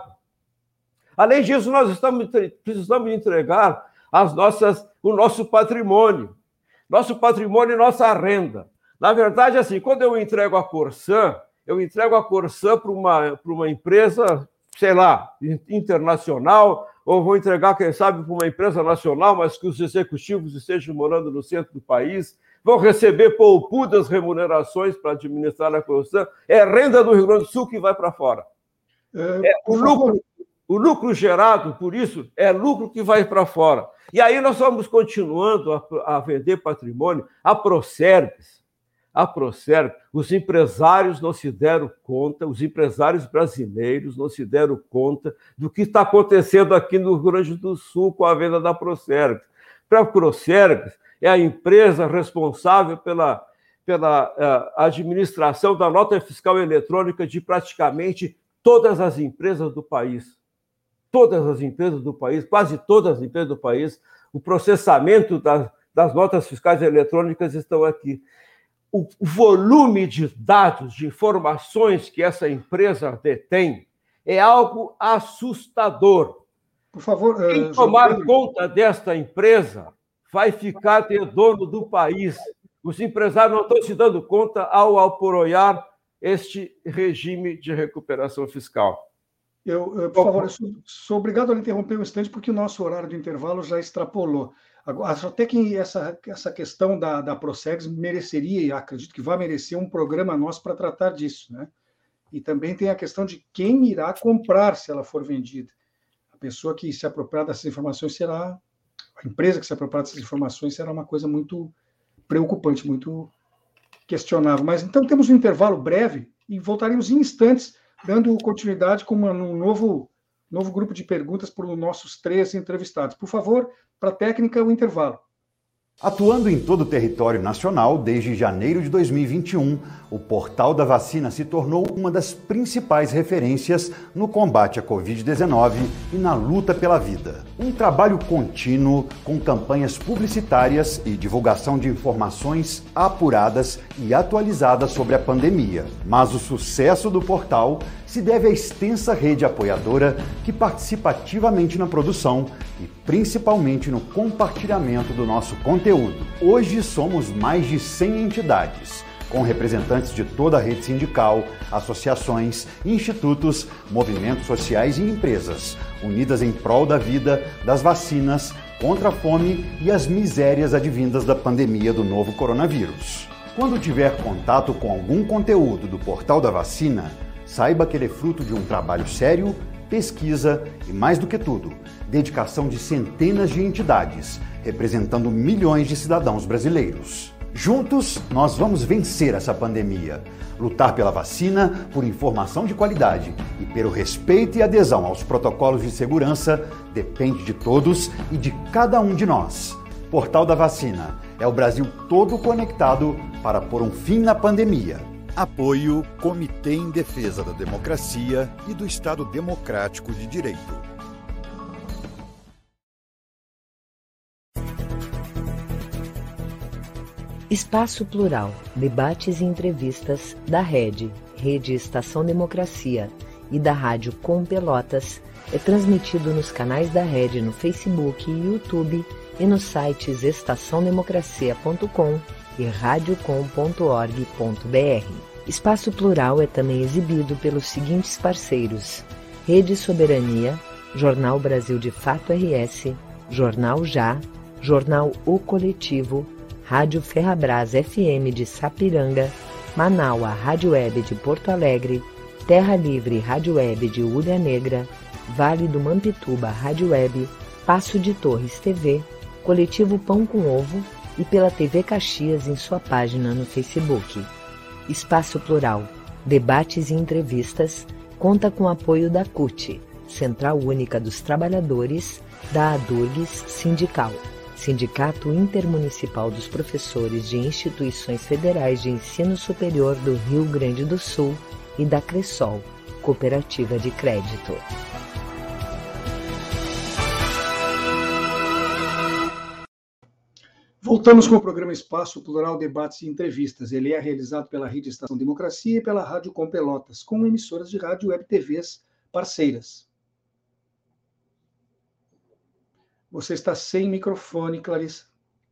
Além disso, nós estamos, precisamos entregar as nossas, o nosso patrimônio, nosso patrimônio e nossa renda. Na verdade, assim, quando eu entrego a Corsan, eu entrego a Corsan para uma, para uma empresa, sei lá, internacional, ou vou entregar, quem sabe, para uma empresa nacional, mas que os executivos estejam morando no centro do país, vão receber poupudas remunerações para administrar a Corsan. É renda do Rio Grande do Sul que vai para fora. É, o lucro... O lucro gerado, por isso, é lucro que vai para fora. E aí nós vamos continuando a, a vender patrimônio. A Procergs, a Procergs, os empresários não se deram conta, os empresários brasileiros não se deram conta do que está acontecendo aqui no Rio Grande do Sul com a venda da Procergs. Para a Procergs, é a empresa responsável pela, pela uh, administração da nota fiscal eletrônica de praticamente todas as empresas do país. Todas as empresas do país, quase todas as empresas do país, o processamento das, das notas fiscais eletrônicas estão aqui. O volume de dados, de informações que essa empresa detém é algo assustador. Por favor, quem tomar uh, conta desta empresa vai ficar de dono do país. Os empresários não estão se dando conta ao apoiar este regime de recuperação fiscal? Eu, eu, por favor, eu sou, sou obrigado a interromper um instante, porque o nosso horário de intervalo já extrapolou. Agora, acho até que essa, essa questão da, da Procegs mereceria, e acredito que vai merecer, um programa nosso para tratar disso, né? E também tem a questão de quem irá comprar se ela for vendida. A pessoa que se apropriar dessas informações será... A empresa que se apropriar dessas informações será uma coisa muito preocupante, muito questionável. Mas então temos um intervalo breve e voltaremos em instantes, dando continuidade com uma, um novo, novo grupo de perguntas para os nossos três entrevistados. Por favor, para a técnica, o intervalo. Atuando em todo o território nacional desde janeiro de dois mil e vinte e um, o Portal da Vacina se tornou uma das principais referências no combate à covid dezenove e na luta pela vida. Um trabalho contínuo com campanhas publicitárias e divulgação de informações apuradas e atualizadas sobre a pandemia. Mas o sucesso do portal se deve à extensa rede apoiadora que participa ativamente na produção e principalmente no compartilhamento do nosso conteúdo. Hoje somos mais de cem entidades, com representantes de toda a rede sindical, associações, institutos, movimentos sociais e empresas, unidas em prol da vida, das vacinas, contra a fome e as misérias advindas da pandemia do novo coronavírus. Quando tiver contato com algum conteúdo do Portal da Vacina, saiba que ele é fruto de um trabalho sério, pesquisa e, mais do que tudo, dedicação de centenas de entidades, representando milhões de cidadãos brasileiros. Juntos, nós vamos vencer essa pandemia, lutar pela vacina, por informação de qualidade e pelo respeito e adesão aos protocolos de segurança depende de todos e de cada um de nós. Portal da Vacina é o Brasil todo conectado para pôr um fim na pandemia. Apoio Comitê em Defesa da Democracia e do Estado Democrático de Direito. Espaço Plural, debates e entrevistas da Rede, Rede Estação Democracia e da Rádio Com Pelotas é transmitido nos canais da Rede no Facebook e YouTube e nos sites estação democracia ponto com e radiocom ponto org ponto br. Espaço Plural é também exibido pelos seguintes parceiros: Rede Soberania, Jornal Brasil de Fato R S, Jornal Já, Jornal O Coletivo, Rádio Ferrabras F M de Sapiranga, Manaua Rádio Web de Porto Alegre, Terra Livre Rádio Web de Ulha Negra, Vale do Mampituba Rádio Web, Passo de Torres T V, Coletivo Pão com Ovo e pela T V Caxias em sua página no Facebook. Espaço Plural, debates e entrevistas, conta com o apoio da C U T, Central Única dos Trabalhadores, da ADURGS Sindical, Sindicato Intermunicipal dos Professores de Instituições Federais de Ensino Superior do Rio Grande do Sul e da Cressol, Cooperativa de Crédito. Voltamos com o programa Espaço Plural, Debates e Entrevistas. Ele é realizado pela Rede Estação Democracia e pela Rádio Com Pelotas, com emissoras de rádio e web T Vs parceiras. Você está sem microfone, Clarissa.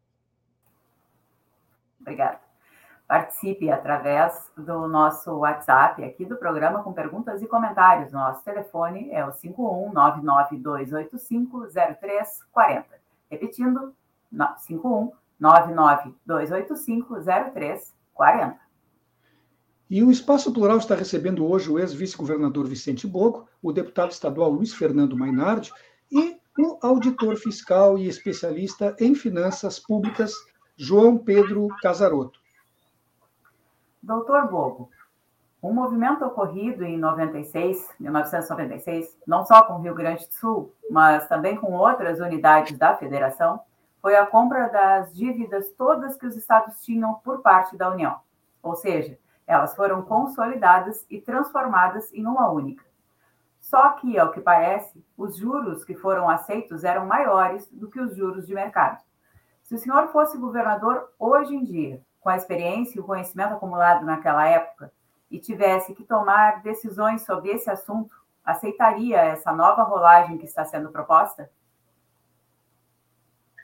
Obrigada. Participe através do nosso WhatsApp aqui do programa com perguntas e comentários. Nosso telefone é o cinco um nove nove dois oito cinco zero três quatro zero. Repetindo, cinco um nove nove dois oito cinco zero três quatro zero. E o Espaço Plural está recebendo hoje o ex-vice-governador Vicente Bogo, o deputado estadual Luiz Fernando Mainardi e o auditor fiscal e especialista em finanças públicas João Pedro Casarotto. Doutor Bogo, um movimento ocorrido em noventa e seis, mil novecentos e noventa e seis, não só com o Rio Grande do Sul, mas também com outras unidades da federação, foi a compra das dívidas todas que os estados tinham por parte da União. Ou seja, elas foram consolidadas e transformadas em uma única. Só que, ao que parece, os juros que foram aceitos eram maiores do que os juros de mercado. Se o senhor fosse governador hoje em dia, com a experiência e o conhecimento acumulado naquela época, e tivesse que tomar decisões sobre esse assunto, aceitaria essa nova rolagem que está sendo proposta?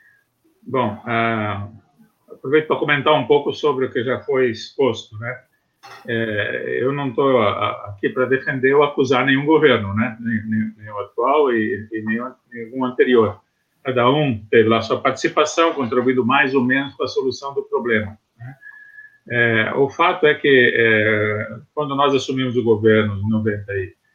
Bom, uh, aproveito para comentar um pouco sobre o que já foi exposto, né? É, eu não estou aqui para defender ou acusar nenhum governo, né? Nem, nem, nem o atual e, e nenhum, nenhum anterior. Cada um teve lá sua participação, contribuindo mais ou menos para a solução do problema, né? É, o fato é que, é, quando nós assumimos o governo em noventa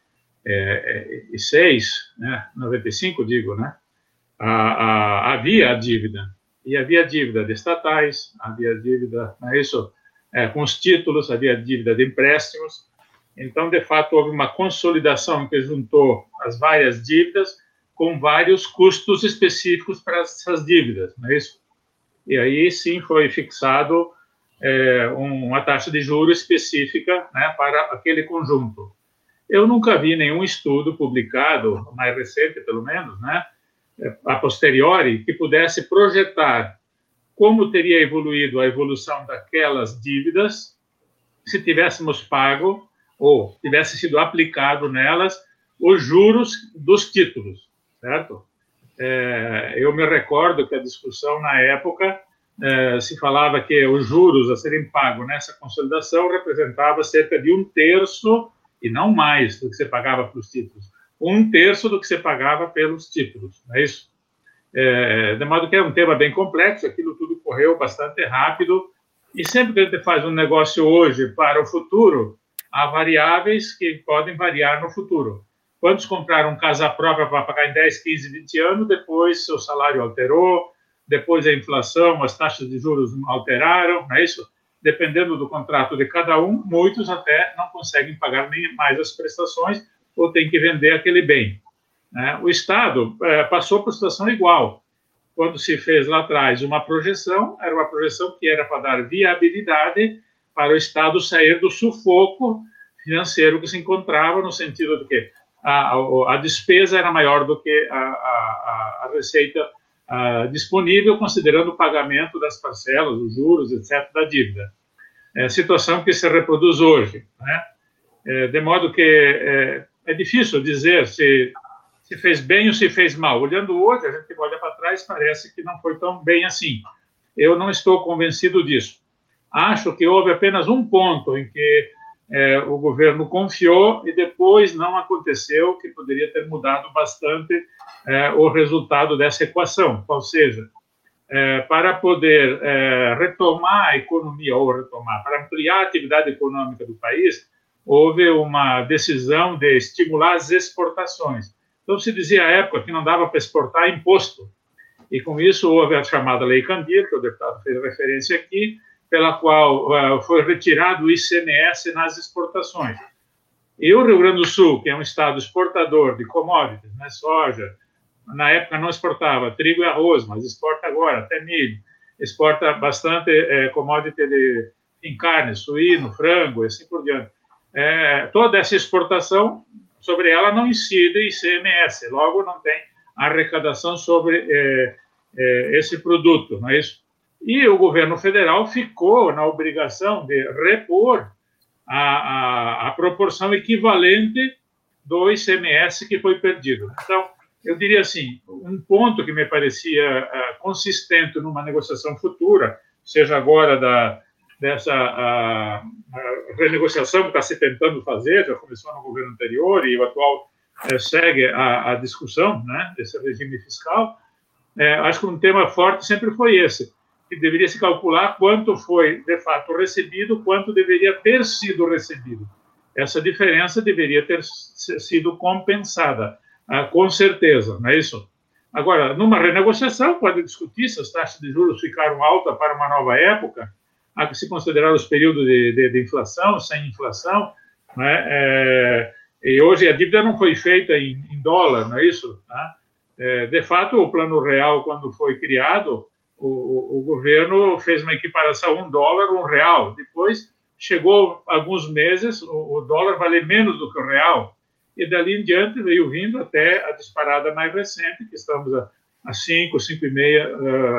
e seis, né, noventa e cinco, digo, né, a, a, havia a dívida, e havia dívida de estatais, havia dívida, não é isso, é, com os títulos, havia dívida de empréstimos. Então, de fato, houve uma consolidação que juntou as várias dívidas com vários custos específicos para essas dívidas, não é isso? E aí, sim, foi fixado é, uma taxa de juros específica, né, para aquele conjunto. Eu nunca vi nenhum estudo publicado, mais recente pelo menos, né, a posteriori, que pudesse projetar como teria evoluído a evolução daquelas dívidas se tivéssemos pago ou tivesse sido aplicado nelas os juros dos títulos, certo? É, eu me recordo que a discussão na época é, se falava que os juros a serem pagos nessa consolidação representava cerca de um terço, e não mais, do que você pagava pelos títulos. Um terço do que você pagava pelos títulos, não é isso? É, de modo que é um tema bem complexo, aquilo tudo correu bastante rápido, e sempre que a gente faz um negócio hoje para o futuro, há variáveis que podem variar no futuro. Quantos compraram casa própria para pagar em dez, quinze, vinte anos, depois seu salário alterou, depois a inflação, as taxas de juros alteraram, não é isso? Dependendo do contrato de cada um, muitos até não conseguem pagar nem mais as prestações ou têm que vender aquele bem, né? O Estado é, passou por situação igual. Quando se fez lá atrás uma projeção, era uma projeção que era para dar viabilidade para o Estado sair do sufoco financeiro que se encontrava, no sentido de que a, a, a despesa era maior do que a, a, a receita a, disponível, considerando o pagamento das parcelas, os juros, etcétera, da dívida. É, situação que se reproduz hoje, né? É, de modo que é, é difícil dizer se se fez bem ou se fez mal. Olhando hoje, a gente olha para trás, parece que não foi tão bem assim. Eu não estou convencido disso. Acho que houve apenas um ponto em que é, o governo confiou e depois não aconteceu, que poderia ter mudado bastante é, o resultado dessa equação. Ou seja, é, para poder é, retomar a economia, ou retomar, para ampliar a atividade econômica do país, houve uma decisão de estimular as exportações. Então, se dizia à época que não dava para exportar imposto. E, com isso, houve a chamada Lei Candir, que o deputado fez referência aqui, pela qual uh, foi retirado o I C M S nas exportações. E o Rio Grande do Sul, que é um estado exportador de commodities, né, soja, na época não exportava trigo e arroz, mas exporta agora, até milho. Exporta bastante é, commodity de, em carne, suíno, frango, e assim por diante. É, toda essa exportação, sobre ela não incide I C M S, logo não tem arrecadação sobre é, é, esse produto, não é isso? E o governo federal ficou na obrigação de repor a, a, a proporção equivalente do I C M S que foi perdido. Então, eu diria assim, um ponto que me parecia uh, consistente numa negociação futura, seja agora da dessa a, a renegociação que está se tentando fazer, já começou no governo anterior e o atual é, segue a, a discussão, né, desse regime fiscal. É, acho que um tema forte sempre foi esse, que deveria se calcular quanto foi, de fato, recebido, quanto deveria ter sido recebido. Essa diferença deveria ter sido compensada, ah, com certeza, não é isso? Agora, numa renegociação, pode discutir se as taxas de juros ficaram altas para uma nova época, há que se considerar os períodos de, de, de inflação, sem inflação, né? É, e hoje a dívida não foi feita em, em dólar, não é isso? Né? É, de fato, o Plano Real, quando foi criado, o, o, o governo fez uma equiparação um dólar, um real. Depois, chegou alguns meses, o, o dólar vale menos do que o real. E dali em diante veio vindo até a disparada mais recente, que estamos a, a cinco, cinco e meio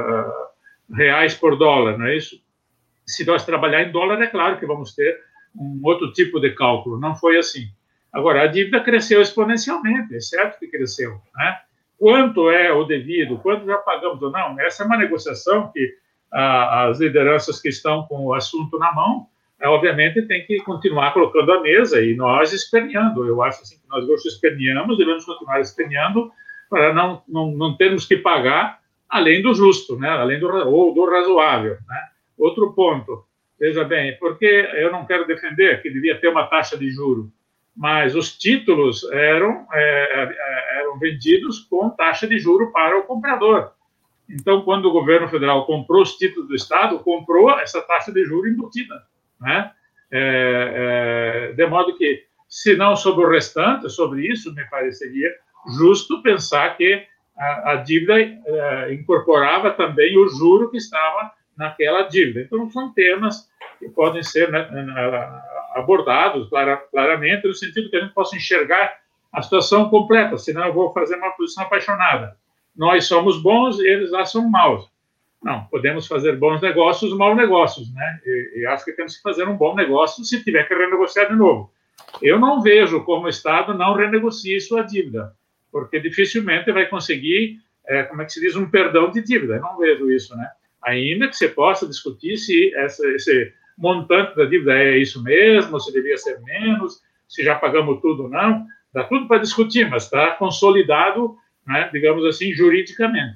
uh, reais por dólar, não é isso? Se nós trabalhar em dólar, é claro que vamos ter um outro tipo de cálculo. Não foi assim. Agora, a dívida cresceu exponencialmente, é certo que cresceu, né? Quanto é o devido, quanto já pagamos ou não? Essa é uma negociação que ah, as lideranças que estão com o assunto na mão é, obviamente tem que continuar colocando à mesa e nós esperneando. Eu acho assim, que nós hoje esperneamos, devemos continuar esperneando para não, não, não termos que pagar além do justo, né? Além do, ou do razoável. Né? Outro ponto, veja bem, porque eu não quero defender que devia ter uma taxa de juro, mas os títulos eram, é, eram vendidos com taxa de juro para o comprador. Então, quando o governo federal comprou os títulos do Estado, comprou essa taxa de juro embutida, né? É, é, de modo que, se não sobre o restante, sobre isso, me pareceria justo pensar que a, a dívida é, incorporava também o juro que estava naquela dívida. Então, são temas que podem ser, né, abordados clara, claramente, no sentido que a gente possa enxergar a situação completa, senão eu vou fazer uma posição apaixonada. Nós somos bons e eles lá são maus. Não, podemos fazer bons negócios, maus negócios, né? E, e acho que temos que fazer um bom negócio se tiver que renegociar de novo. Eu não vejo como o Estado não renegocie sua dívida, porque dificilmente vai conseguir, é, como é que se diz, um perdão de dívida. Eu não vejo isso, né? Ainda que você possa discutir se essa, esse montante da dívida é isso mesmo, se deveria ser menos, se já pagamos tudo ou não. Dá tudo para discutir, mas está consolidado, né, digamos assim, juridicamente.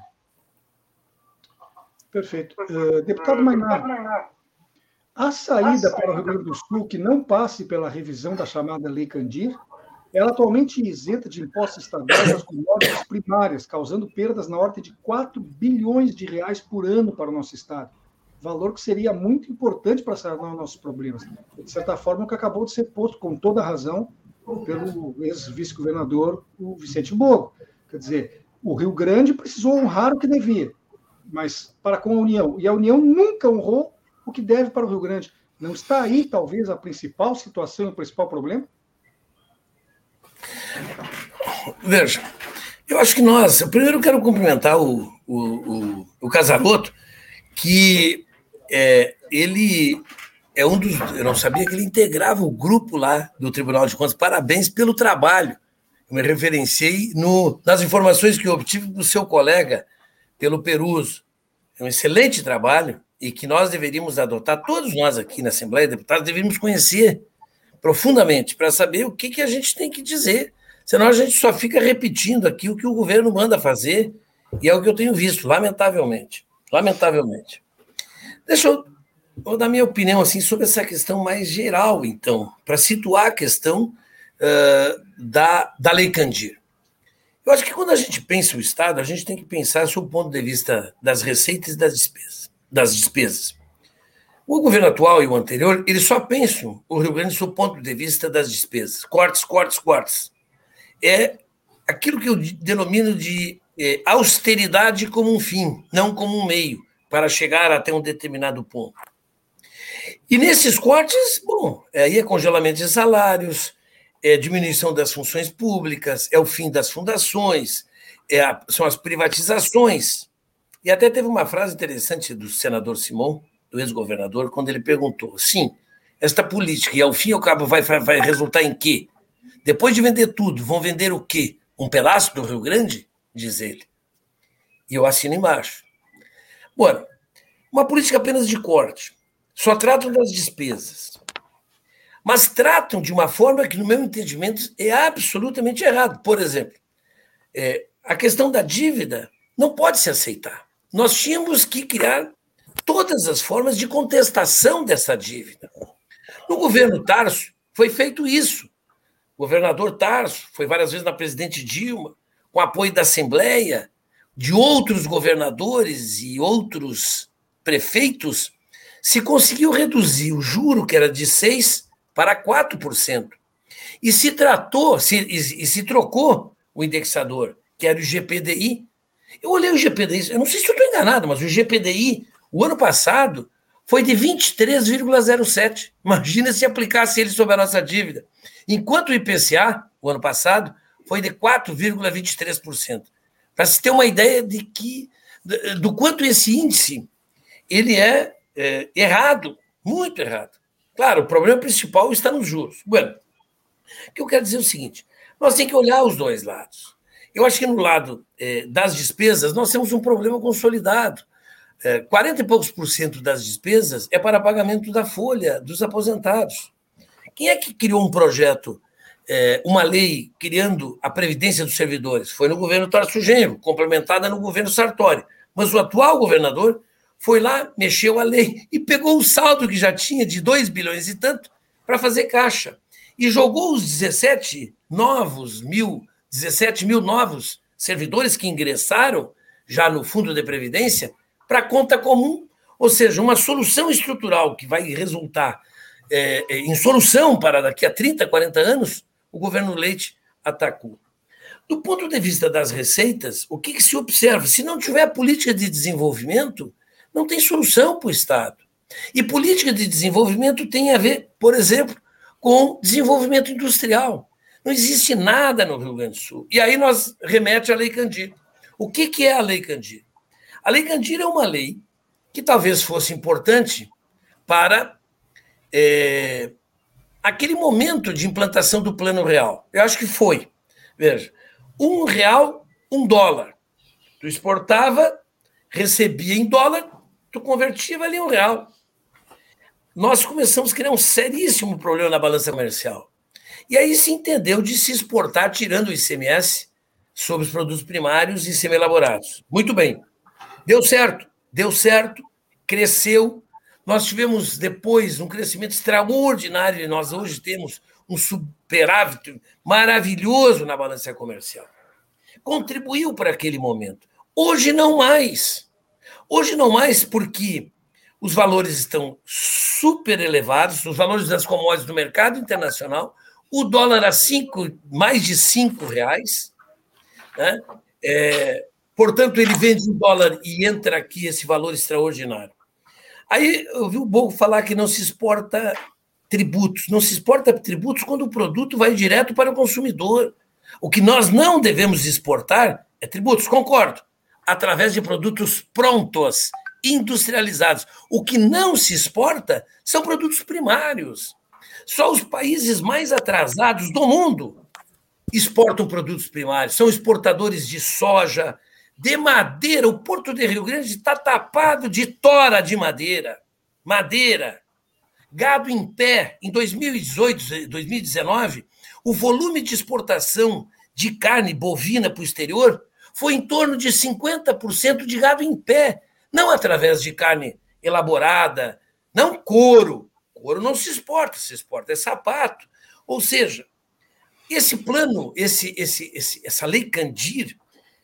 Perfeito. Uh, deputado Mainardi, a saída para o Rio Grande do Sul que não passe pela revisão da chamada Lei Candir, ela atualmente isenta de impostos estaduais as commodities primárias, causando perdas na ordem de quatro bilhões de reais por ano para o nosso Estado. Valor que seria muito importante para sanar nossos problemas. De certa forma, o que acabou de ser posto, com toda razão, pelo ex-vice-governador, o Vicente Bogo. Quer dizer, o Rio Grande precisou honrar o que devia, mas para com a União. E a União nunca honrou o que deve para o Rio Grande. Não está aí, talvez, a principal situação, o principal problema? Veja, eu acho que nós... Eu primeiro quero cumprimentar o, o, o, o Casaroto, que é, ele é um dos... Eu não sabia que ele integrava o grupo lá do Tribunal de Contas. Parabéns pelo trabalho. Eu me referenciei no, nas informações que eu obtive do seu colega, pelo Peruso. É um excelente trabalho e que nós deveríamos adotar, todos nós aqui na Assembleia de Deputados, deveríamos conhecer profundamente para saber o que, que a gente tem que dizer. Senão a gente só fica repetindo aqui o que o governo manda fazer e é o que eu tenho visto, lamentavelmente. Lamentavelmente. Deixa eu, eu dar minha opinião assim, sobre essa questão mais geral, então, para situar a questão uh, da, da Lei Candir. Eu acho que quando a gente pensa o Estado, a gente tem que pensar sob o ponto de vista das receitas e das despesas. Das despesas. O governo atual e o anterior, eles só pensam o Rio Grande sob o ponto de vista das despesas. Cortes, cortes, cortes. É aquilo que eu denomino de é, austeridade como um fim, não como um meio, para chegar até um determinado ponto. E nesses cortes, bom, aí é congelamento de salários, é diminuição das funções públicas, é o fim das fundações, é a, são as privatizações. E até teve uma frase interessante do senador Simão, do ex-governador, quando ele perguntou, sim, esta política, e ao fim e ao cabo vai, vai resultar em quê? Depois de vender tudo, vão vender o quê? Um pedaço do Rio Grande? Diz ele. E eu assino embaixo. Bom, uma política apenas de corte. Só tratam das despesas. Mas tratam de uma forma que, no meu entendimento, é absolutamente errado. Por exemplo, é, a questão da dívida não pode se aceitar. Nós tínhamos que criar todas as formas de contestação dessa dívida. No governo Tarso, foi feito isso. O governador Tarso foi várias vezes na presidente Dilma, com apoio da Assembleia, de outros governadores e outros prefeitos, se conseguiu reduzir o juro, que era de seis por cento, para quatro por cento. E se tratou, se, e, e se trocou o indexador, que era o G P D I. Eu olhei o G P D I, eu não sei se eu estou enganado, mas o G P D I, o ano passado, foi de vinte e três vírgula zero sete. Imagina se aplicasse ele sobre a nossa dívida. Enquanto o I P C A, o ano passado, foi de quatro vírgula vinte e três por cento. Para se ter uma ideia de que, do quanto esse índice ele é, é errado, muito errado. Claro, o problema principal está nos juros. Bueno, o que eu quero dizer é o seguinte, nós temos que olhar os dois lados. Eu acho que no lado é, das despesas nós temos um problema consolidado. quarenta e poucos por cento das despesas é para pagamento da folha dos aposentados. Quem é que criou um projeto, uma lei criando a Previdência dos Servidores? Foi no governo Tarso Genro, complementada no governo Sartori. Mas o atual governador foi lá, mexeu a lei e pegou o saldo que já tinha de dois bilhões e tanto para fazer caixa. E jogou os dezessete novos mil, dezessete mil novos servidores que ingressaram já no Fundo de Previdência para a conta comum, ou seja, uma solução estrutural que vai resultar é, em solução para daqui a trinta, quarenta anos, o governo Leite atacou. Do ponto de vista das receitas, o que, que se observa? Se não tiver política de desenvolvimento, não tem solução para o Estado. E política de desenvolvimento tem a ver, por exemplo, com desenvolvimento industrial. Não existe nada no Rio Grande do Sul. E aí nós remete à Lei Candir. O que, que é a Lei Candir? A Lei Candir é uma lei que talvez fosse importante para é, aquele momento de implantação do Plano Real. Eu acho que foi. Veja, um real, um dólar. Tu exportava, recebia em dólar, tu convertia, valia um real. Nós começamos a criar um seríssimo problema na balança comercial. E aí se entendeu de se exportar tirando o I C M S sobre os produtos primários e semi-elaborados. Muito bem. Deu certo, deu certo, cresceu. Nós tivemos depois um crescimento extraordinário e nós hoje temos um superávit maravilhoso na balança comercial. Contribuiu para aquele momento. Hoje não mais. Hoje não mais porque os valores estão super elevados, os valores das commodities do mercado internacional, o dólar a cinco, mais de cinco reais, né? É, portanto, ele vende em dólar e entra aqui esse valor extraordinário. Aí eu vi o Bogo falar que não se exporta tributos. Não se exporta tributos quando o produto vai direto para o consumidor. O que nós não devemos exportar é tributos, concordo, através de produtos prontos, industrializados. O que não se exporta são produtos primários. Só os países mais atrasados do mundo exportam produtos primários. São exportadores de soja, de madeira. O Porto de Rio Grande está tapado de tora de madeira. Madeira. Gado em pé. Em dois mil e dezoito, dois mil e dezenove, o volume de exportação de carne bovina para o exterior foi em torno de cinquenta por cento de gado em pé. Não através de carne elaborada, não couro. Couro não se exporta, se exporta é sapato. Ou seja, esse plano, esse, esse, esse, essa lei Candir,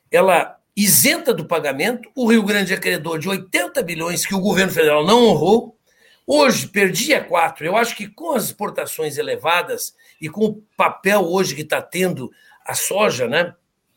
ela isenta do pagamento. O Rio Grande é credor de oitenta bilhões que o governo federal não honrou. Hoje, perdia quatro. Eu acho que com as exportações elevadas e com o papel hoje que está tendo a soja, né,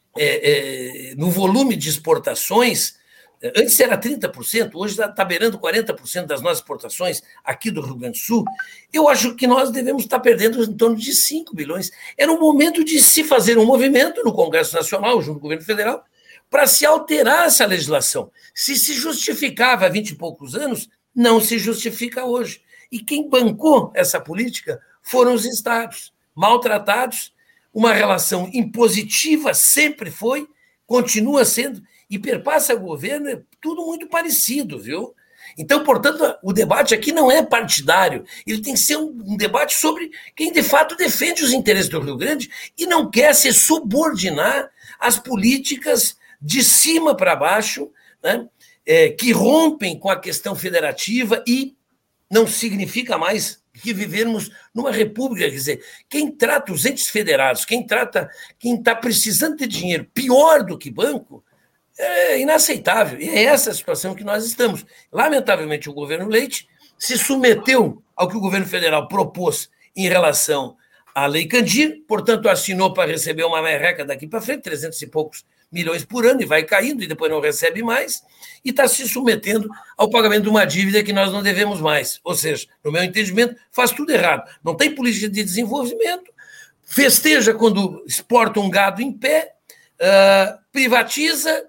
é, é, no volume de exportações, antes era trinta por cento, hoje está beirando quarenta por cento das nossas exportações aqui do Rio Grande do Sul. Eu acho que nós devemos estar perdendo em torno de cinco bilhões. Era o momento de se fazer um movimento no Congresso Nacional, junto com o governo federal, para se alterar essa legislação. Se se justificava há vinte e poucos anos, não se justifica hoje. E quem bancou essa política foram os estados, maltratados, uma relação impositiva sempre foi, continua sendo, e perpassa o governo, é tudo muito parecido, viu? Então, portanto, o debate aqui não é partidário, ele tem que ser um, um debate sobre quem, de fato, defende os interesses do Rio Grande e não quer se subordinar às políticas de cima para baixo, né, é, que rompem com a questão federativa e não significa mais que vivermos numa república. Quer dizer, quem trata os entes federados, quem trata, quem está precisando de dinheiro pior do que banco, é inaceitável. E é essa a situação que nós estamos. Lamentavelmente, o governo Leite se submeteu ao que o governo federal propôs em relação à Lei Candir, portanto, assinou para receber uma merreca daqui para frente, trezentos e poucos milhões por ano, e vai caindo, e depois não recebe mais, e está se submetendo ao pagamento de uma dívida que nós não devemos mais. Ou seja, no meu entendimento, faz tudo errado. Não tem política de desenvolvimento, festeja quando exporta um gado em pé, uh, privatiza,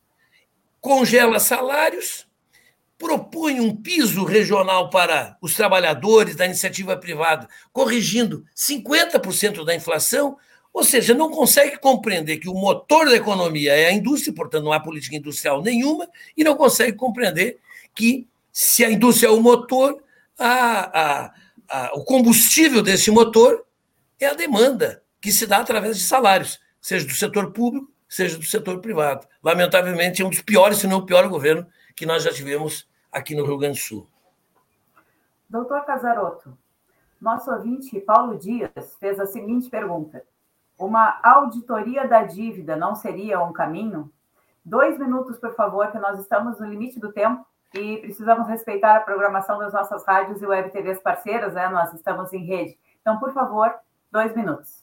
congela salários, propõe um piso regional para os trabalhadores da iniciativa privada, corrigindo cinquenta por cento da inflação, Ou seja, não consegue compreender que o motor da economia é a indústria, portanto, não há política industrial nenhuma, e não consegue compreender que, se a indústria é o motor, a, a, a, o combustível desse motor é a demanda, que se dá através de salários, seja do setor público, seja do setor privado. Lamentavelmente, é um dos piores, se não o pior governo que nós já tivemos aqui no Rio Grande do Sul. Doutor Casarotto, nosso ouvinte Paulo Dias fez a seguinte pergunta: uma auditoria da dívida não seria um caminho? Dois minutos, por favor, que nós estamos no limite do tempo e precisamos respeitar a programação das nossas rádios e web T Vs parceiras, né? Nós estamos em rede. Então, por favor, dois minutos.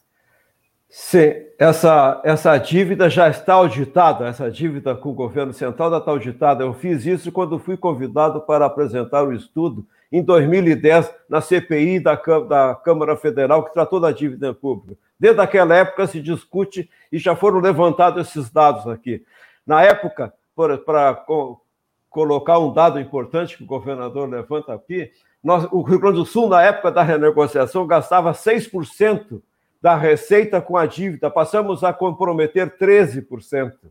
Sim, essa, essa dívida já está auditada, essa dívida com o governo central já está auditada. Eu fiz isso quando fui convidado para apresentar o estudo em dois mil e dez na C P I da, da Câmara Federal, que tratou da dívida pública. Desde aquela época se discute e já foram levantados esses dados aqui. Na época, para co colocar um dado importante que o governador levanta aqui, nós, o Rio Grande do Sul, na época da renegociação, gastava seis por cento da receita com a dívida, passamos a comprometer treze por cento.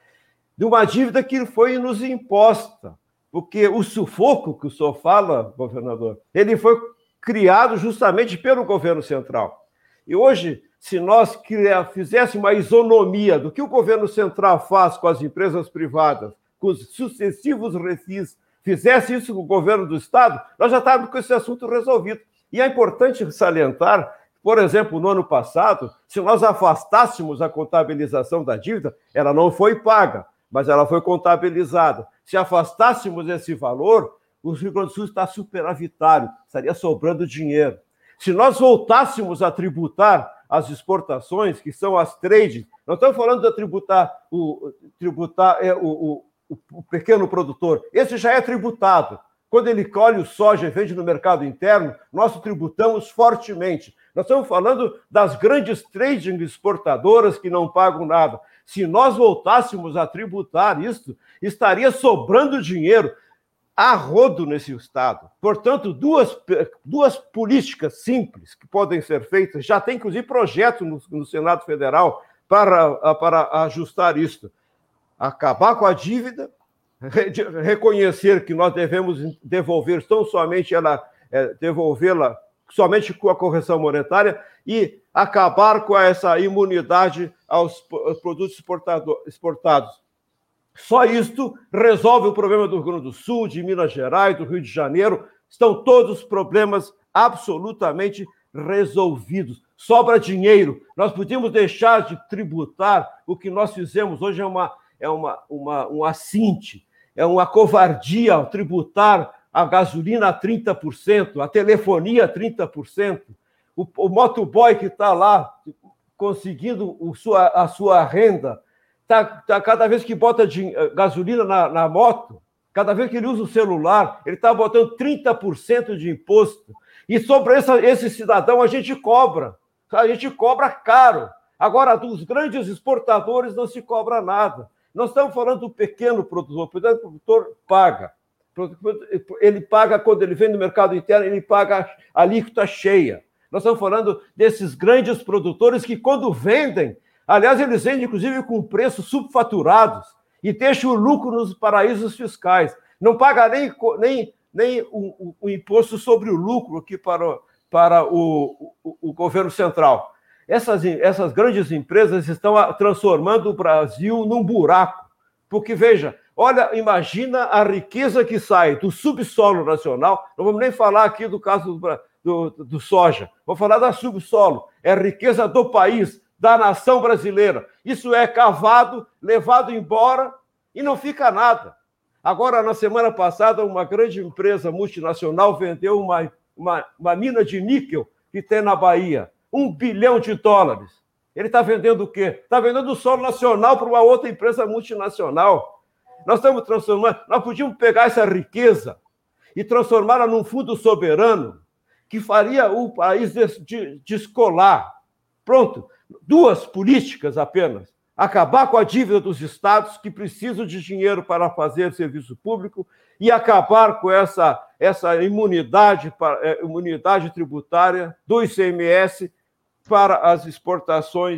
De uma dívida que foi nos imposta, porque o sufoco que o senhor fala, governador, ele foi criado justamente pelo governo central. E hoje, se nós fizéssemos uma isonomia do que o governo central faz com as empresas privadas, com os sucessivos refis, fizesse isso com o governo do Estado, nós já estávamos com esse assunto resolvido. E é importante salientar, por exemplo, no ano passado, se nós afastássemos a contabilização da dívida, ela não foi paga, mas ela foi contabilizada. Se afastássemos esse valor, o Rio Grande do Sul está superavitário, estaria sobrando dinheiro. Se nós voltássemos a tributar as exportações, que são as trades, não estamos falando de tributar o, tributar, é, o, o, o pequeno produtor, esse já é tributado. Quando ele colhe o soja e vende no mercado interno, nós tributamos fortemente. Nós estamos falando das grandes trading exportadoras que não pagam nada. Se nós voltássemos a tributar isso, estaria sobrando dinheiro a rodo nesse Estado. Portanto, duas, duas políticas simples que podem ser feitas, já tem inclusive projeto no, no Senado Federal para, para ajustar isso. Acabar com a dívida, reconhecer que nós devemos devolver tão somente ela, é, devolvê-la somente com a correção monetária e acabar com essa imunidade aos produtos exportados. Só isto resolve o problema do Rio Grande do Sul, de Minas Gerais, do Rio de Janeiro. Estão todos os problemas absolutamente resolvidos. Sobra dinheiro. Nós podíamos deixar de tributar. O que nós fizemos hoje é, uma, é uma, uma, um assinte, é uma covardia ao tributar a gasolina a trinta por cento, a telefonia a trinta por cento. O, o motoboy que está lá conseguindo o sua, a sua renda, tá, tá, cada vez que bota de, gasolina na, na moto, cada vez que ele usa o celular, ele está botando trinta por cento de imposto. E sobre essa, esse cidadão a gente cobra, a gente cobra caro. Agora, dos grandes exportadores não se cobra nada. Nós estamos falando do pequeno produtor, o pequeno produtor paga. Ele paga quando ele vem no mercado interno, ele paga a alíquota cheia. Nós estamos falando desses grandes produtores que, quando vendem, aliás, eles vendem, inclusive, com preços subfaturados e deixam o lucro nos paraísos fiscais. Não paga nem, nem, nem o, o, o imposto sobre o lucro aqui para, para o, o, o governo central. Essas, essas grandes empresas estão transformando o Brasil num buraco. Porque, veja, olha, imagina a riqueza que sai do subsolo nacional. Não vamos nem falar aqui do caso do, do, do soja. Vamos falar da subsolo. É a riqueza do país, da nação brasileira. Isso é cavado, levado embora e não fica nada. Agora, na semana passada, uma grande empresa multinacional vendeu uma, uma, uma mina de níquel que tem na Bahia. Um bilhão de dólares. Ele está vendendo o quê? Está vendendo o solo nacional para uma outra empresa multinacional. Nós estamos transformando... Nós podíamos pegar essa riqueza e transformá-la num fundo soberano que faria o país descolar. Pronto. Duas políticas apenas. Acabar com a dívida dos estados que precisam de dinheiro para fazer serviço público e acabar com essa, essa imunidade, imunidade tributária do I C M S para as exportações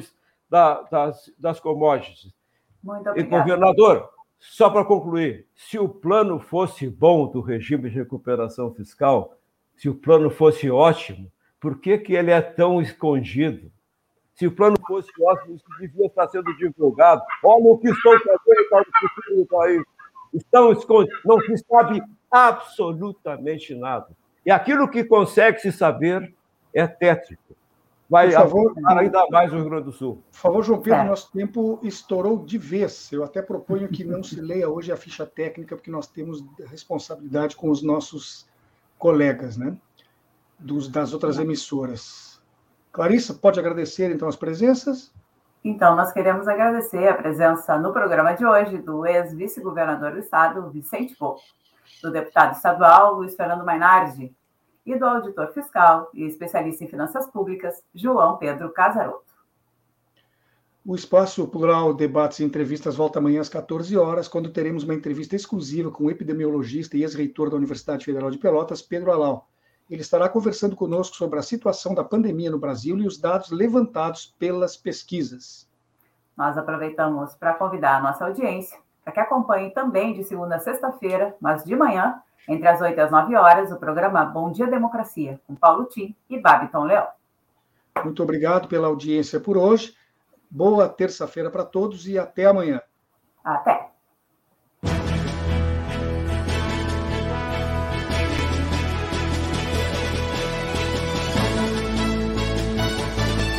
da, das, das commodities. Muito E, obrigada. governador, só para concluir, se o plano fosse bom do regime de recuperação fiscal, se o plano fosse ótimo, por que, que ele é tão escondido? Se o plano fosse ótimo, isso devia estar sendo divulgado. Olha o que estão fazendo para o futuro do país. Estão escondidos, não se sabe absolutamente nada. E aquilo que consegue se saber é tétrico. Vai afetar ainda mais o Rio Grande do Sul. Por favor, João Pedro, é. nosso tempo estourou de vez. Eu até proponho que não se leia hoje a ficha técnica, porque nós temos responsabilidade com os nossos colegas, né? Dos, das outras emissoras. Clarissa, pode agradecer, então, as presenças? Então, nós queremos agradecer a presença no programa de hoje do ex-vice-governador do Estado, Vicente Boco, do deputado estadual, Luiz Fernando Mainardi, e do auditor fiscal e especialista em finanças públicas, João Pedro Casaroto. O Espaço Plural Debates e Entrevistas volta amanhã às quatorze horas, quando teremos uma entrevista exclusiva com o epidemiologista e ex-reitor da Universidade Federal de Pelotas, Pedro Alau. Ele estará conversando conosco sobre a situação da pandemia no Brasil e os dados levantados pelas pesquisas. Nós aproveitamos para convidar a nossa audiência para que acompanhe também de segunda a sexta-feira, mas de manhã, entre as oito e as nove horas, o programa Bom Dia Democracia, com Paulo Tim e Babiton Leão. Muito obrigado pela audiência por hoje. Boa terça-feira para todos e até amanhã. Até.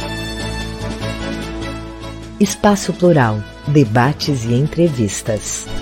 Espaço Plural, debates e entrevistas.